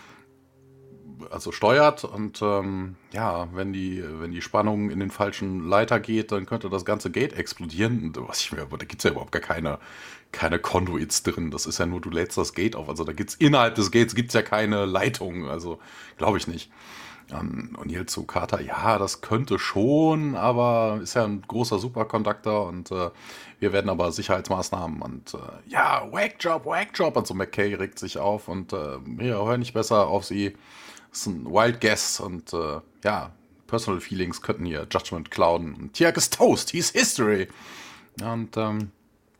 also steuert. Und ähm, ja, wenn die, wenn die Spannung in den falschen Leiter geht, dann könnte das ganze Gate explodieren. Und was ich mir, da gibt es ja überhaupt gar keine, keine Conduits drin. Das ist ja nur, du lädst das Gate auf. Also da gibt's innerhalb des Gates gibt's ja keine Leitung. Also glaube ich nicht. Und O'Neill zu Carter, ja, das könnte schon, aber ist ja ein großer Superconductor und äh, wir werden aber Sicherheitsmaßnahmen und äh, ja, Whack-Job, Whack-Job. Und so McKay regt sich auf und äh, ja, hör nicht besser auf sie. Das ist ein Wild Guess und äh, ja, Personal Feelings könnten hier Judgment klauen. Teal'c ist Toast, he's History. Und ähm,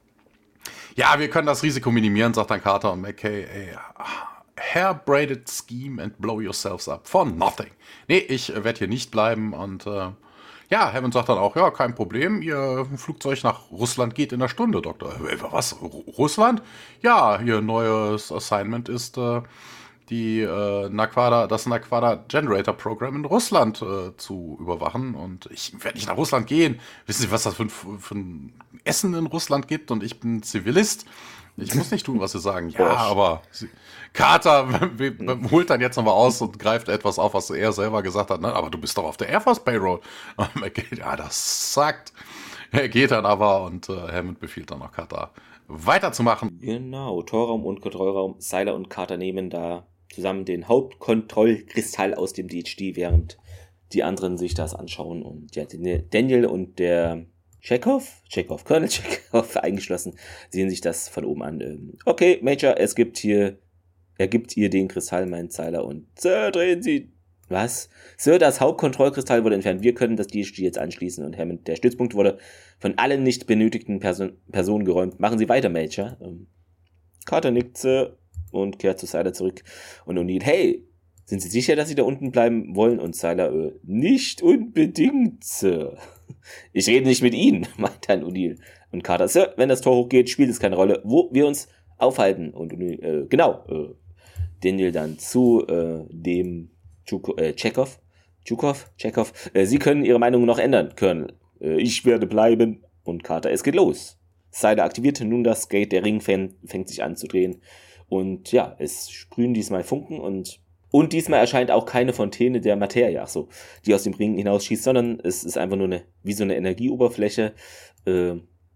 ja, wir können das Risiko minimieren, sagt dann Carter und McKay, ey, hair-braided scheme and blow yourselves up for nothing. Nee, ich werde hier nicht bleiben und äh, ja, Hammond sagt dann auch, ja, kein Problem, Ihr Flugzeug nach Russland geht in einer Stunde, Doktor. Was? Russland? Ja, Ihr neues Assignment ist äh, die äh, Naquadar, das Naquadar Generator Program in Russland äh, zu überwachen und ich werde nicht nach Russland gehen. Wissen Sie, was das für ein, für ein Essen in Russland gibt und ich bin Zivilist. Ich muss nicht tun, was sie sagen. Ja, aber Carter holt dann jetzt nochmal aus und greift etwas auf, was er selber gesagt hat. Ne? Aber du bist doch auf der Air Force Payroll. Und McKay, ja, das sagt. Er geht dann aber und äh, Hammond befiehlt dann auch Carter weiterzumachen. Genau, Torraum und Kontrollraum. Siler und Carter nehmen da zusammen den Hauptkontrollkristall aus dem D H D, während die anderen sich das anschauen. Und ja, Daniel und der Chekhov? Chekhov, Colonel Chekhov eingeschlossen, sehen sich das von oben an. Ähm, okay, Major, es gibt hier, er gibt ihr den Kristall, meint Sylar, und Sir, drehen Sie. Was? Sir, das Hauptkontrollkristall wurde entfernt. Wir können das D H D jetzt anschließen. Und Hammond, der Stützpunkt wurde von allen nicht benötigten Person- Personen geräumt. Machen Sie weiter, Major. Ähm, Carter nickt Sir und kehrt zu Sylar zurück. Und O'Neill, hey, sind Sie sicher, dass Sie da unten bleiben wollen? Und Sylar, äh, nicht unbedingt, Sir. Ich rede nicht mit Ihnen, meint dann O'Neill. Und Carter, Sir, wenn das Tor hochgeht, spielt es keine Rolle, wo wir uns aufhalten. Und O'Neill, äh, genau, äh, Daniel dann zu äh, dem Chuk- äh, Chekhov, Chukov, Chekhov, äh, Sie können Ihre Meinung noch ändern, Colonel. Äh, ich werde bleiben. Und Carter, es geht los. Sylar aktiviert nun das Gate, der Ring fängt, fängt sich an zu drehen. Und ja, es sprühen diesmal Funken und Und diesmal erscheint auch keine Fontäne der Materie, ach so, die aus dem Ring hinausschießt, sondern es ist einfach nur eine, wie so eine Energieoberfläche, äh,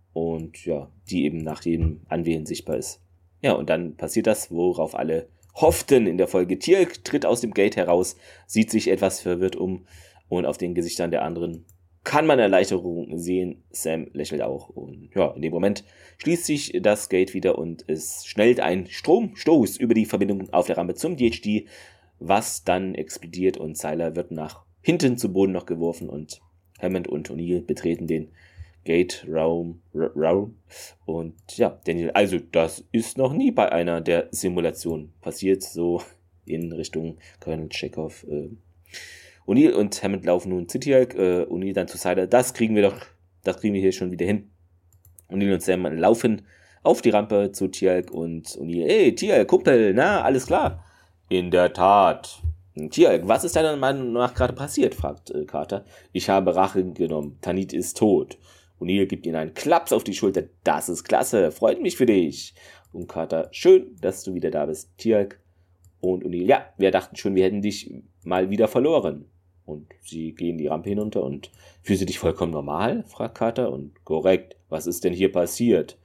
und ja, die eben nach jedem Anwählen sichtbar ist. Ja, und dann passiert das, worauf alle hofften in der Folge. Teal'c tritt aus dem Gate heraus, sieht sich etwas verwirrt um und auf den Gesichtern der anderen kann man Erleichterung sehen. Sam lächelt auch und ja, in dem Moment schließt sich das Gate wieder und es schnellt ein Stromstoß über die Verbindung auf der Rampe zum D H D, was dann explodiert und Sylar wird nach hinten zu Boden noch geworfen und Hammond und O'Neill betreten den Gate-Raum Raum. Und ja, Daniel, also das ist noch nie bei einer der Simulationen passiert, so in Richtung Colonel Chekhov. Äh. O'Neill und Hammond laufen nun zu Teal'c, äh, O'Neill dann zu Sylar, das kriegen wir doch, das kriegen wir hier schon wieder hin. O'Neill und Sam laufen auf die Rampe zu Teal'c und O'Neill, ey, Teal'c, Kumpel, na, alles klar? In der Tat. Teal'c, was ist deiner Meinung nach gerade passiert, fragt äh, Carter. Ich habe Rache genommen, Tanit ist tot. O'Neill gibt ihm einen Klaps auf die Schulter, das ist klasse, freut mich für dich. Und Carter, schön, dass du wieder da bist, Teal'c. Und O'Neill, ja, wir dachten schon, wir hätten dich mal wieder verloren. Und sie gehen die Rampe hinunter und fühlst du dich vollkommen normal? Fragt Carter. Und korrekt, was ist denn hier passiert?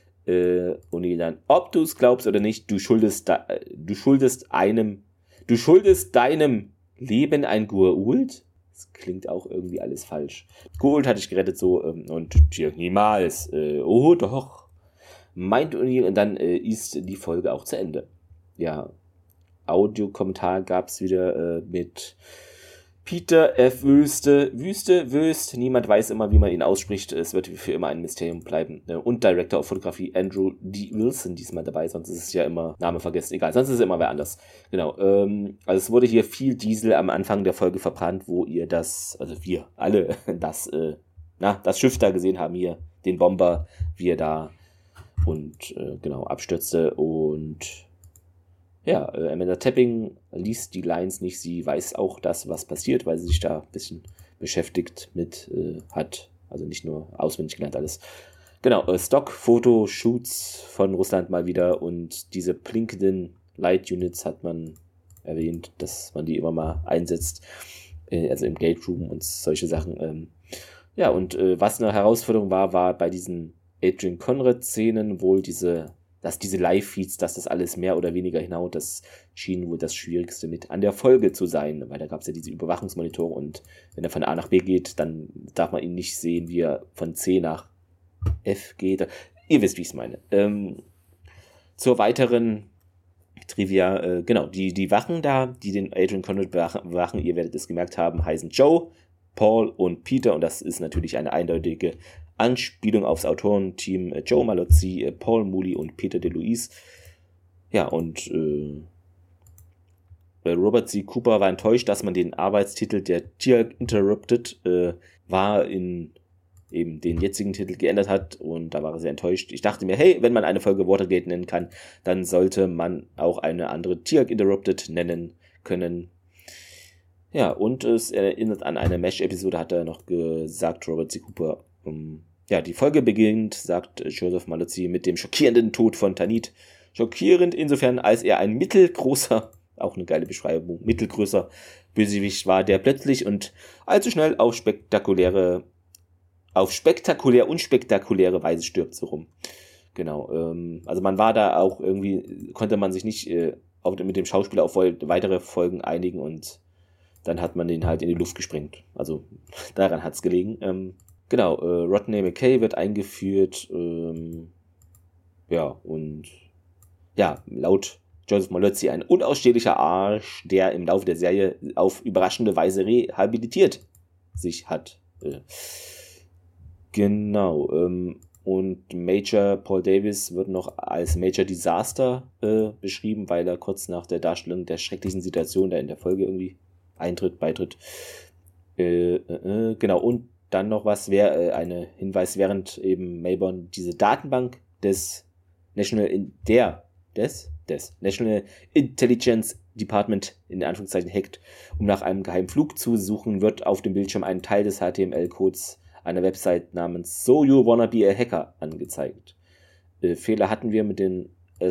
Äh, O'Neill dann, ob du es glaubst oder nicht, du schuldest, da, du schuldest einem, du schuldest deinem Leben ein Goa'uld? Das klingt auch irgendwie alles falsch. Goa'uld hatte ich gerettet so, ähm, und Teal'c, niemals. Äh, oh doch, meint O'Neill, und dann äh, ist die Folge auch zu Ende. Ja, Audiokommentar gab es wieder äh, mit Peter F. Wüste, Wüste, Wüst, niemand weiß immer, wie man ihn ausspricht, es wird für immer ein Mysterium bleiben. Und Director of Fotografie Andrew D. Wilson diesmal dabei, sonst ist es ja immer Name vergessen, egal, sonst ist es immer wer anders. Genau, ähm, also es wurde hier viel Diesel am Anfang der Folge verbrannt, wo ihr das, also wir alle, das, äh, na, das Schiff da gesehen haben, hier, den Bomber, wie er da und, äh, genau, abstürzte und ja, äh, Amanda Tapping liest die Lines nicht, sie weiß auch das, was passiert, weil sie sich da ein bisschen beschäftigt mit äh, hat, also nicht nur auswendig gelernt alles. Genau, äh, Stock-Fotoshoots von Russland mal wieder und diese blinkenden Light-Units hat man erwähnt, dass man die immer mal einsetzt, äh, also im Gate Room und solche Sachen. Ähm, ja, und äh, was eine Herausforderung war, war bei diesen Adrian Conrad-Szenen wohl diese dass diese Live-Feeds, dass das alles mehr oder weniger hinhaut, das schien wohl das Schwierigste mit an der Folge zu sein, weil da gab es ja diese Überwachungsmonitore und wenn er von A nach B geht, dann darf man ihn nicht sehen, wie er von C nach F geht. Ihr wisst, wie ich es meine. Ähm, zur weiteren Trivia, äh, genau, die, die Wachen da, die den Adrian Conrad bewachen, ihr werdet es gemerkt haben, heißen Joe, Paul und Peter und das ist natürlich eine eindeutige Anspielung aufs Autorenteam Joe Malozzi, Paul Mooley und Peter DeLuise. Ja, und äh, Robert C. Cooper war enttäuscht, dass man den Arbeitstitel der Teal'c Interrupted äh, war in eben den jetzigen Titel geändert hat und da war er sehr enttäuscht. Ich dachte mir, hey, wenn man eine Folge Watergate nennen kann, dann sollte man auch eine andere Teal'c Interrupted nennen können. Ja, und es erinnert an eine Mesh-Episode, hat er noch gesagt, Robert C. Cooper. Um, ja, die Folge beginnt, sagt Joseph Malozzi, mit dem schockierenden Tod von Tanit. Schockierend insofern, als er ein mittelgroßer, auch eine geile Beschreibung, mittelgrößer Bösewicht war, der plötzlich und allzu schnell auf spektakuläre, auf spektakulär unspektakuläre Weise stirbt, so rum. Genau, ähm, also man war da auch irgendwie, konnte man sich nicht äh, auf, mit dem Schauspieler auf weitere Folgen einigen und dann hat man den halt in die Luft gesprengt. Also daran hat's gelegen. Ähm, Genau, äh, Rodney McKay wird eingeführt, ähm, ja, und ja, laut Joseph Malozzi ein unausstehlicher Arsch, der im Laufe der Serie auf überraschende Weise rehabilitiert sich hat. Äh, genau, ähm, und Major Paul Davis wird noch als Major Disaster äh, beschrieben, weil er kurz nach der Darstellung der schrecklichen Situation, der in der Folge irgendwie eintritt, beitritt. Äh, äh, genau, und dann noch was, wäre äh, ein Hinweis, während eben Mayborn diese Datenbank des National in der des des National Intelligence Department in Anführungszeichen hackt, um nach einem geheimen Flug zu suchen, wird auf dem Bildschirm ein Teil des H T M L-Codes einer Website namens So You Wanna Be a Hacker angezeigt. Äh, Fehler hatten wir mit den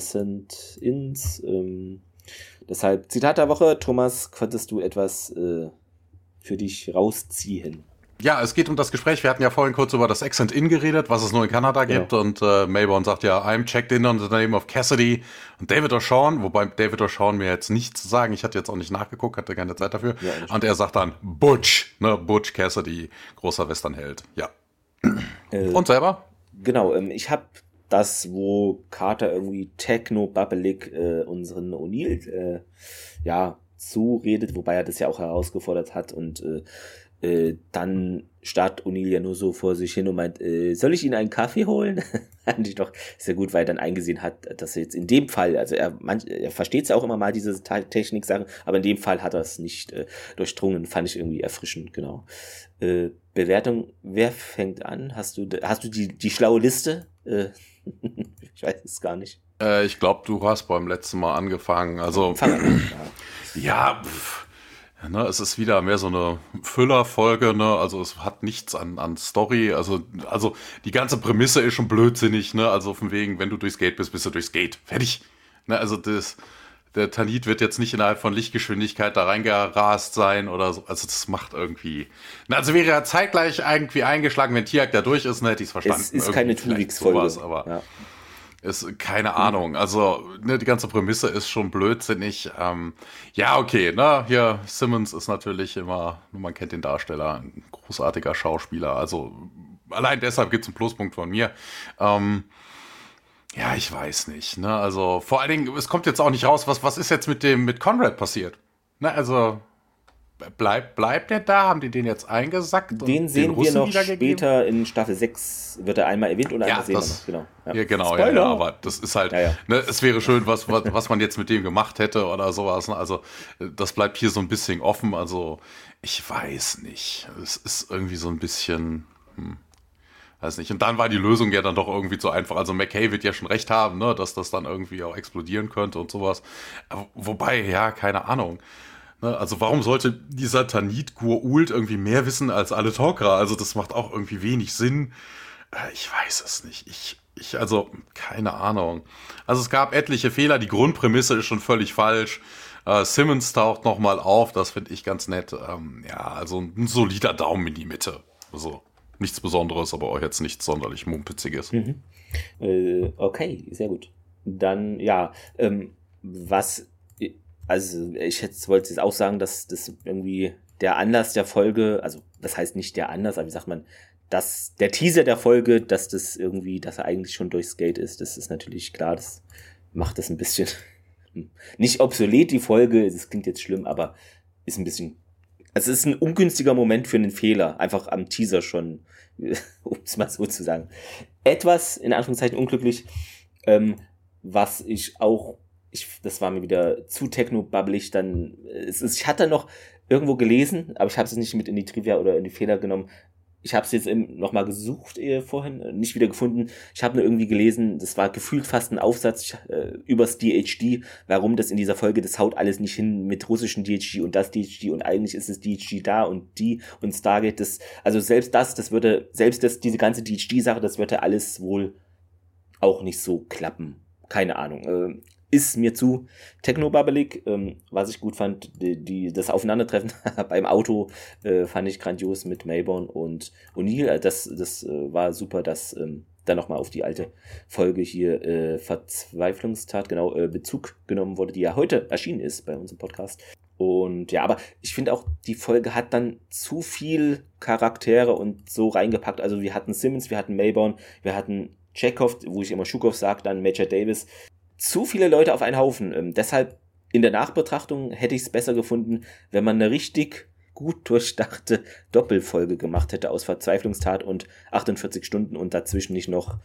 Ascent-Ins. Ähm, deshalb Zitat der Woche. Thomas, konntest du etwas äh, für dich rausziehen? Ja, es geht um das Gespräch. Wir hatten ja vorhin kurz über das Accent-In geredet, was es nur in Kanada gibt. Genau. Und äh, Mayborn sagt ja, I'm checked in on the name of Cassidy. Und David O'Shawn, wobei David O'Shawn mir jetzt nichts zu sagen. Ich hatte jetzt auch nicht nachgeguckt, hatte keine Zeit dafür. Ja, und er sagt dann Butch, ne, Butch Cassidy, großer Westernheld. Ja. Äh, und selber? Genau, ähm, ich habe das, wo Carter irgendwie techno-babbelig äh, unseren O'Neill äh, ja, zuredet, wobei er das ja auch herausgefordert hat und äh, Äh, dann starrt O'Neill ja nur so vor sich hin und meint, äh, soll ich Ihnen einen Kaffee holen? Fand ich doch sehr gut, weil er dann eingesehen hat, dass er jetzt in dem Fall, also er, manch, er versteht es ja auch immer mal, diese Technik-Sachen, aber in dem Fall hat er es nicht äh, durchdrungen, fand ich irgendwie erfrischend, genau. Äh, Bewertung, wer fängt an? Hast du, hast du die, die schlaue Liste? Äh, ich weiß es gar nicht. Äh, ich glaube, du hast beim letzten Mal angefangen, also... Fang an, ja, ja pff. Ne, es ist wieder mehr so eine Füllerfolge, ne? Also es hat nichts an, an Story, also, also die ganze Prämisse ist schon blödsinnig, ne? Also von wegen, wenn du durchs Gate bist, bist du durchs Gate. Fertig. Ne? Also das, der Tanit wird jetzt nicht innerhalb von Lichtgeschwindigkeit da reingerast sein oder so. Also das macht irgendwie. Na, also wäre er zeitgleich irgendwie eingeschlagen, wenn Tiak da durch ist, dann hätte ich es verstanden. Es ist keine Two-Weeks-Folge. Aber ja. Ist keine Ahnung. Also, ne, die ganze Prämisse ist schon blödsinnig. Ähm, ja, okay, ne, hier Simmons ist natürlich immer, man kennt den Darsteller, ein großartiger Schauspieler. Also, allein deshalb gibt es einen Pluspunkt von mir. Ähm, ja, ich weiß nicht, ne, also, vor allen Dingen, es kommt jetzt auch nicht raus, was, was ist jetzt mit dem, mit Conrad passiert? Ne, also, Bleibt, bleibt der da? Haben die den jetzt eingesackt? Den sehen den wir noch später in Staffel sechs, wird er einmal erwähnt und einmal ja, sehen das, wir noch. Genau, ja. Ja, genau, ja, ja, aber das ist halt, ja, ja. Ne, es wäre schön, was, was, was man jetzt mit dem gemacht hätte oder sowas. Ne? Also das bleibt hier so ein bisschen offen. Also ich weiß nicht. Es ist irgendwie so ein bisschen... Hm. Weiß nicht. Und dann war die Lösung ja dann doch irgendwie zu einfach. Also McKay wird ja schon recht haben, ne, dass das dann irgendwie auch explodieren könnte und sowas. Aber, wobei, ja, keine Ahnung. Also warum sollte dieser Tanit Gur-Ult irgendwie mehr wissen als alle Tok'ra? Also das macht auch irgendwie wenig Sinn. Ich weiß es nicht. Ich, ich, also keine Ahnung. Also es gab etliche Fehler. Die Grundprämisse ist schon völlig falsch. Äh, Simmons taucht nochmal auf. Das finde ich ganz nett. Ähm, ja, also ein solider Daumen in die Mitte. Also nichts Besonderes, aber auch jetzt nichts sonderlich Mumpitziges. Mhm. Äh, okay, sehr gut. Dann, ja, ähm, was... Also ich jetzt, wollte jetzt auch sagen, dass das irgendwie der Anlass der Folge, also das heißt nicht der Anlass, aber wie sagt man, dass der Teaser der Folge, dass das irgendwie, dass er eigentlich schon durchs Gate ist, das ist natürlich klar, das macht das ein bisschen nicht obsolet, die Folge, das klingt jetzt schlimm, aber ist ein bisschen, also es ist ein ungünstiger Moment für einen Fehler, einfach am Teaser schon, um es mal so zu sagen. Etwas, in Anführungszeichen, unglücklich, ähm, was ich auch Ich, das war mir wieder zu techno-babbelig, dann, es ist, ich hatte noch irgendwo gelesen, aber ich habe es nicht mit in die Trivia oder in die Fehler genommen. Ich habe es jetzt nochmal gesucht äh, vorhin, nicht wieder gefunden. Ich habe nur irgendwie gelesen, das war gefühlt fast ein Aufsatz äh, übers D H D, warum das in dieser Folge, das haut alles nicht hin mit russischen D H D und das D H D und eigentlich ist das D H D da und die und Stargate, das, also selbst das, das würde, selbst das, diese ganze D H D-Sache, das würde alles wohl auch nicht so klappen. Keine Ahnung. Äh, ist mir zu technobabbelig, ähm, was ich gut fand, die, die, das Aufeinandertreffen beim Auto äh, fand ich grandios mit Mayborn und O'Neill, das, das äh, war super, dass ähm, dann nochmal auf die alte Folge hier äh, Verzweiflungstat, genau, äh, Bezug genommen wurde, die ja heute erschienen ist bei unserem Podcast. Und ja, aber ich finde auch, die Folge hat dann zu viel Charaktere und so reingepackt. Also wir hatten Simmons, wir hatten Mayborn, wir hatten Chekhov, wo ich immer Schukov sage, dann Major Davis. Zu viele Leute auf einen Haufen. Ähm, deshalb in der Nachbetrachtung hätte ich es besser gefunden, wenn man eine richtig gut durchdachte Doppelfolge gemacht hätte aus Verzweiflungstat und achtundvierzig Stunden und dazwischen nicht noch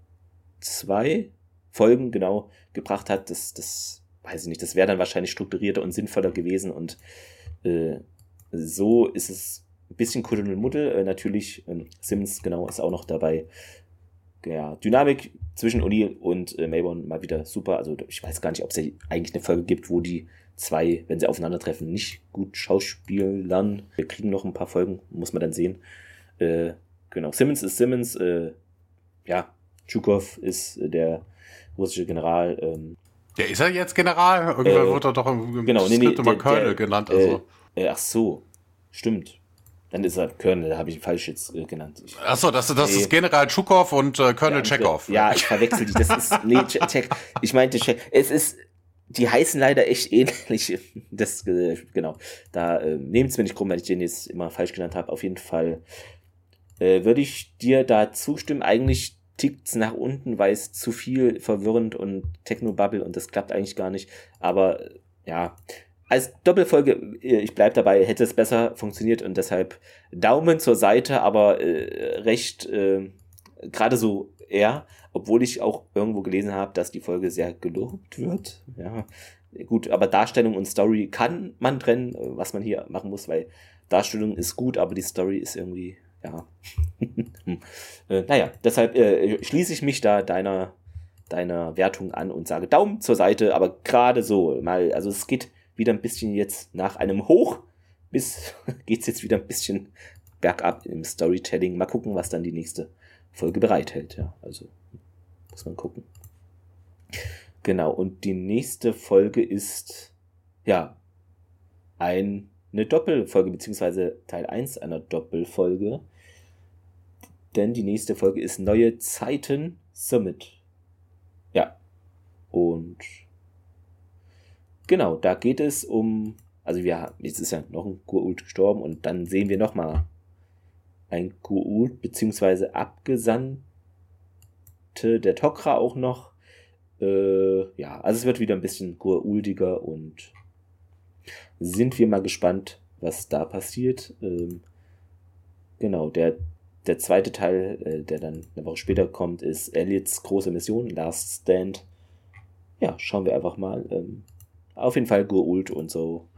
zwei Folgen genau gebracht hat. Das, das weiß ich nicht, das wäre dann wahrscheinlich strukturierter und sinnvoller gewesen und äh, so ist es ein bisschen Kuddelmuddel. Äh, natürlich, äh, Simmons genau ist auch noch dabei. Ja, Dynamik zwischen O'Neill und äh, Mayborn mal wieder super. Also ich weiß gar nicht, ob es ja eigentlich eine Folge gibt, wo die zwei, wenn sie aufeinandertreffen, nicht gut schauspielern. Wir kriegen noch ein paar Folgen, muss man dann sehen. Äh, genau, Simmons ist Simmons. Äh, ja, Chukov ist äh, der russische General. Ähm, Der ist ja jetzt General? Irgendwann äh, wurde er doch im genau, nee, nee, Skript immer der, Colonel der, genannt. Also. Äh, äh, ach so, stimmt. Dann ist er Colonel, da habe ich ihn falsch jetzt äh, genannt. Ich, Achso, das, das nee. ist General Chukov und äh, Colonel ja, Chekhov. Ja, ich verwechsel die. Das ist, nee, check. Ich meinte check. Es ist, die heißen leider echt ähnlich. Das, äh, genau. Da äh, nehmt es mir nicht krumm, wenn ich den jetzt immer falsch genannt habe. Auf jeden Fall äh, würde ich dir da zustimmen. Eigentlich tickt's nach unten, weil es zu viel verwirrend und Technobubble und das klappt eigentlich gar nicht. Aber äh, ja, als Doppelfolge, äh, ich bleib dabei, hätte es besser funktioniert und deshalb Daumen zur Seite, aber äh, recht äh, gerade so eher, obwohl ich auch irgendwo gelesen habe, dass die Folge sehr gelobt wird. Ja, gut, aber Darstellung und Story kann man trennen, was man hier machen muss, weil Darstellung ist gut, aber die Story ist irgendwie, ja. äh, naja, deshalb äh, schließe ich mich da deiner, deiner Wertung an und sage Daumen zur Seite, aber gerade so, mal, also es geht wieder ein bisschen jetzt nach einem Hoch, bis geht's jetzt wieder ein bisschen bergab im Storytelling. Mal gucken, was dann die nächste Folge bereithält, ja, also muss man gucken. Genau, und die nächste Folge ist, ja, ein, eine Doppelfolge, beziehungsweise Teil eins einer Doppelfolge, denn die nächste Folge ist Neue Zeiten Summit. Ja, und genau, da geht es um, also wir, jetzt ist ja noch ein Goa'uld gestorben und dann sehen wir nochmal ein Goa'uld, beziehungsweise Abgesandte der Tok'ra auch noch. Äh, ja, also es wird wieder ein bisschen Goa'uldiger und sind wir mal gespannt, was da passiert. Ähm, genau, der, der zweite Teil, äh, der dann eine Woche später kommt, ist Elliots große Mission, Last Stand. Ja, schauen wir einfach mal. Ähm, auf jeden Fall Goa'uld und so.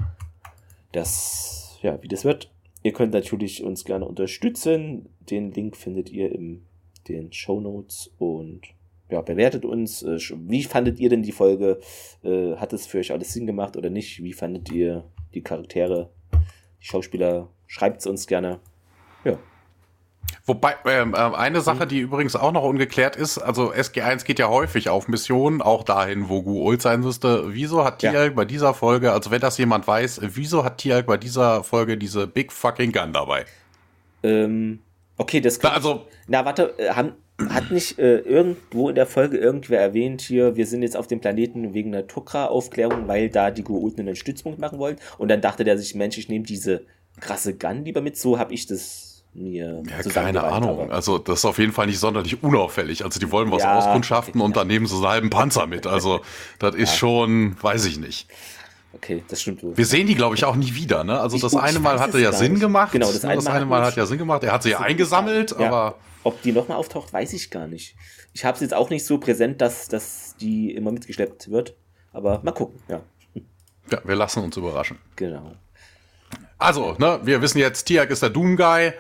Das, ja, wie das wird. Ihr könnt natürlich uns gerne unterstützen. Den Link findet ihr in den Shownotes und ja, bewertet uns. Wie fandet ihr denn die Folge? Hat es für euch alles Sinn gemacht oder nicht? Wie fandet ihr die Charaktere, die Schauspieler? Schreibt es uns gerne. Ja. Wobei, ähm, eine Sache, die übrigens auch noch ungeklärt ist, also S G eins geht ja häufig auf Missionen, auch dahin, wo Goa'uld sein müsste. Wieso hat Tialk ja. bei dieser Folge, also wenn das jemand weiß, wieso hat Tialk bei dieser Folge diese Big Fucking Gun dabei? Ähm, okay, das kann... Na, also, na, warte, haben... Hat nicht äh, irgendwo in der Folge irgendwer erwähnt hier, wir sind jetzt auf dem Planeten wegen einer Tok'ra-Aufklärung, weil da die Goa'uld einen Stützpunkt machen wollen? Und dann dachte der sich, Mensch, ich nehme diese krasse Gun lieber mit. So habe ich das mir ja, keine Ahnung. Aber also das ist auf jeden Fall nicht sonderlich unauffällig. Also die wollen was ja, auskundschaften und dann nehmen sie so einen halben Panzer mit. Also das ist ja. schon, weiß ich nicht. Okay, das stimmt wohl. Wir sehen die, glaube ich, auch nie wieder, ne? Also ich, das oh, eine Mal hatte ja Sinn nicht. gemacht. Genau, das eine, das Mal, eine Mal hat ja Sinn gemacht. Er hat sie ja eingesammelt, ja. aber... Ob die nochmal auftaucht, weiß ich gar nicht. Ich habe es jetzt auch nicht so präsent, dass, dass die immer mitgeschleppt wird. Aber mal gucken, ja. Ja, wir lassen uns überraschen. Genau. Also, ne, wir wissen jetzt, Tialk ist der Doom-Guy.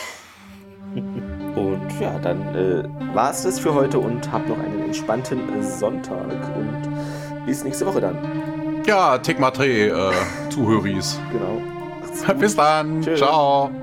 Und ja, dann äh, war es das für heute und habt noch einen entspannten äh, Sonntag. Und bis nächste Woche dann. Ja, Tick Matre, äh, Zuhöris. Genau. Bis dann. Tschö. Ciao.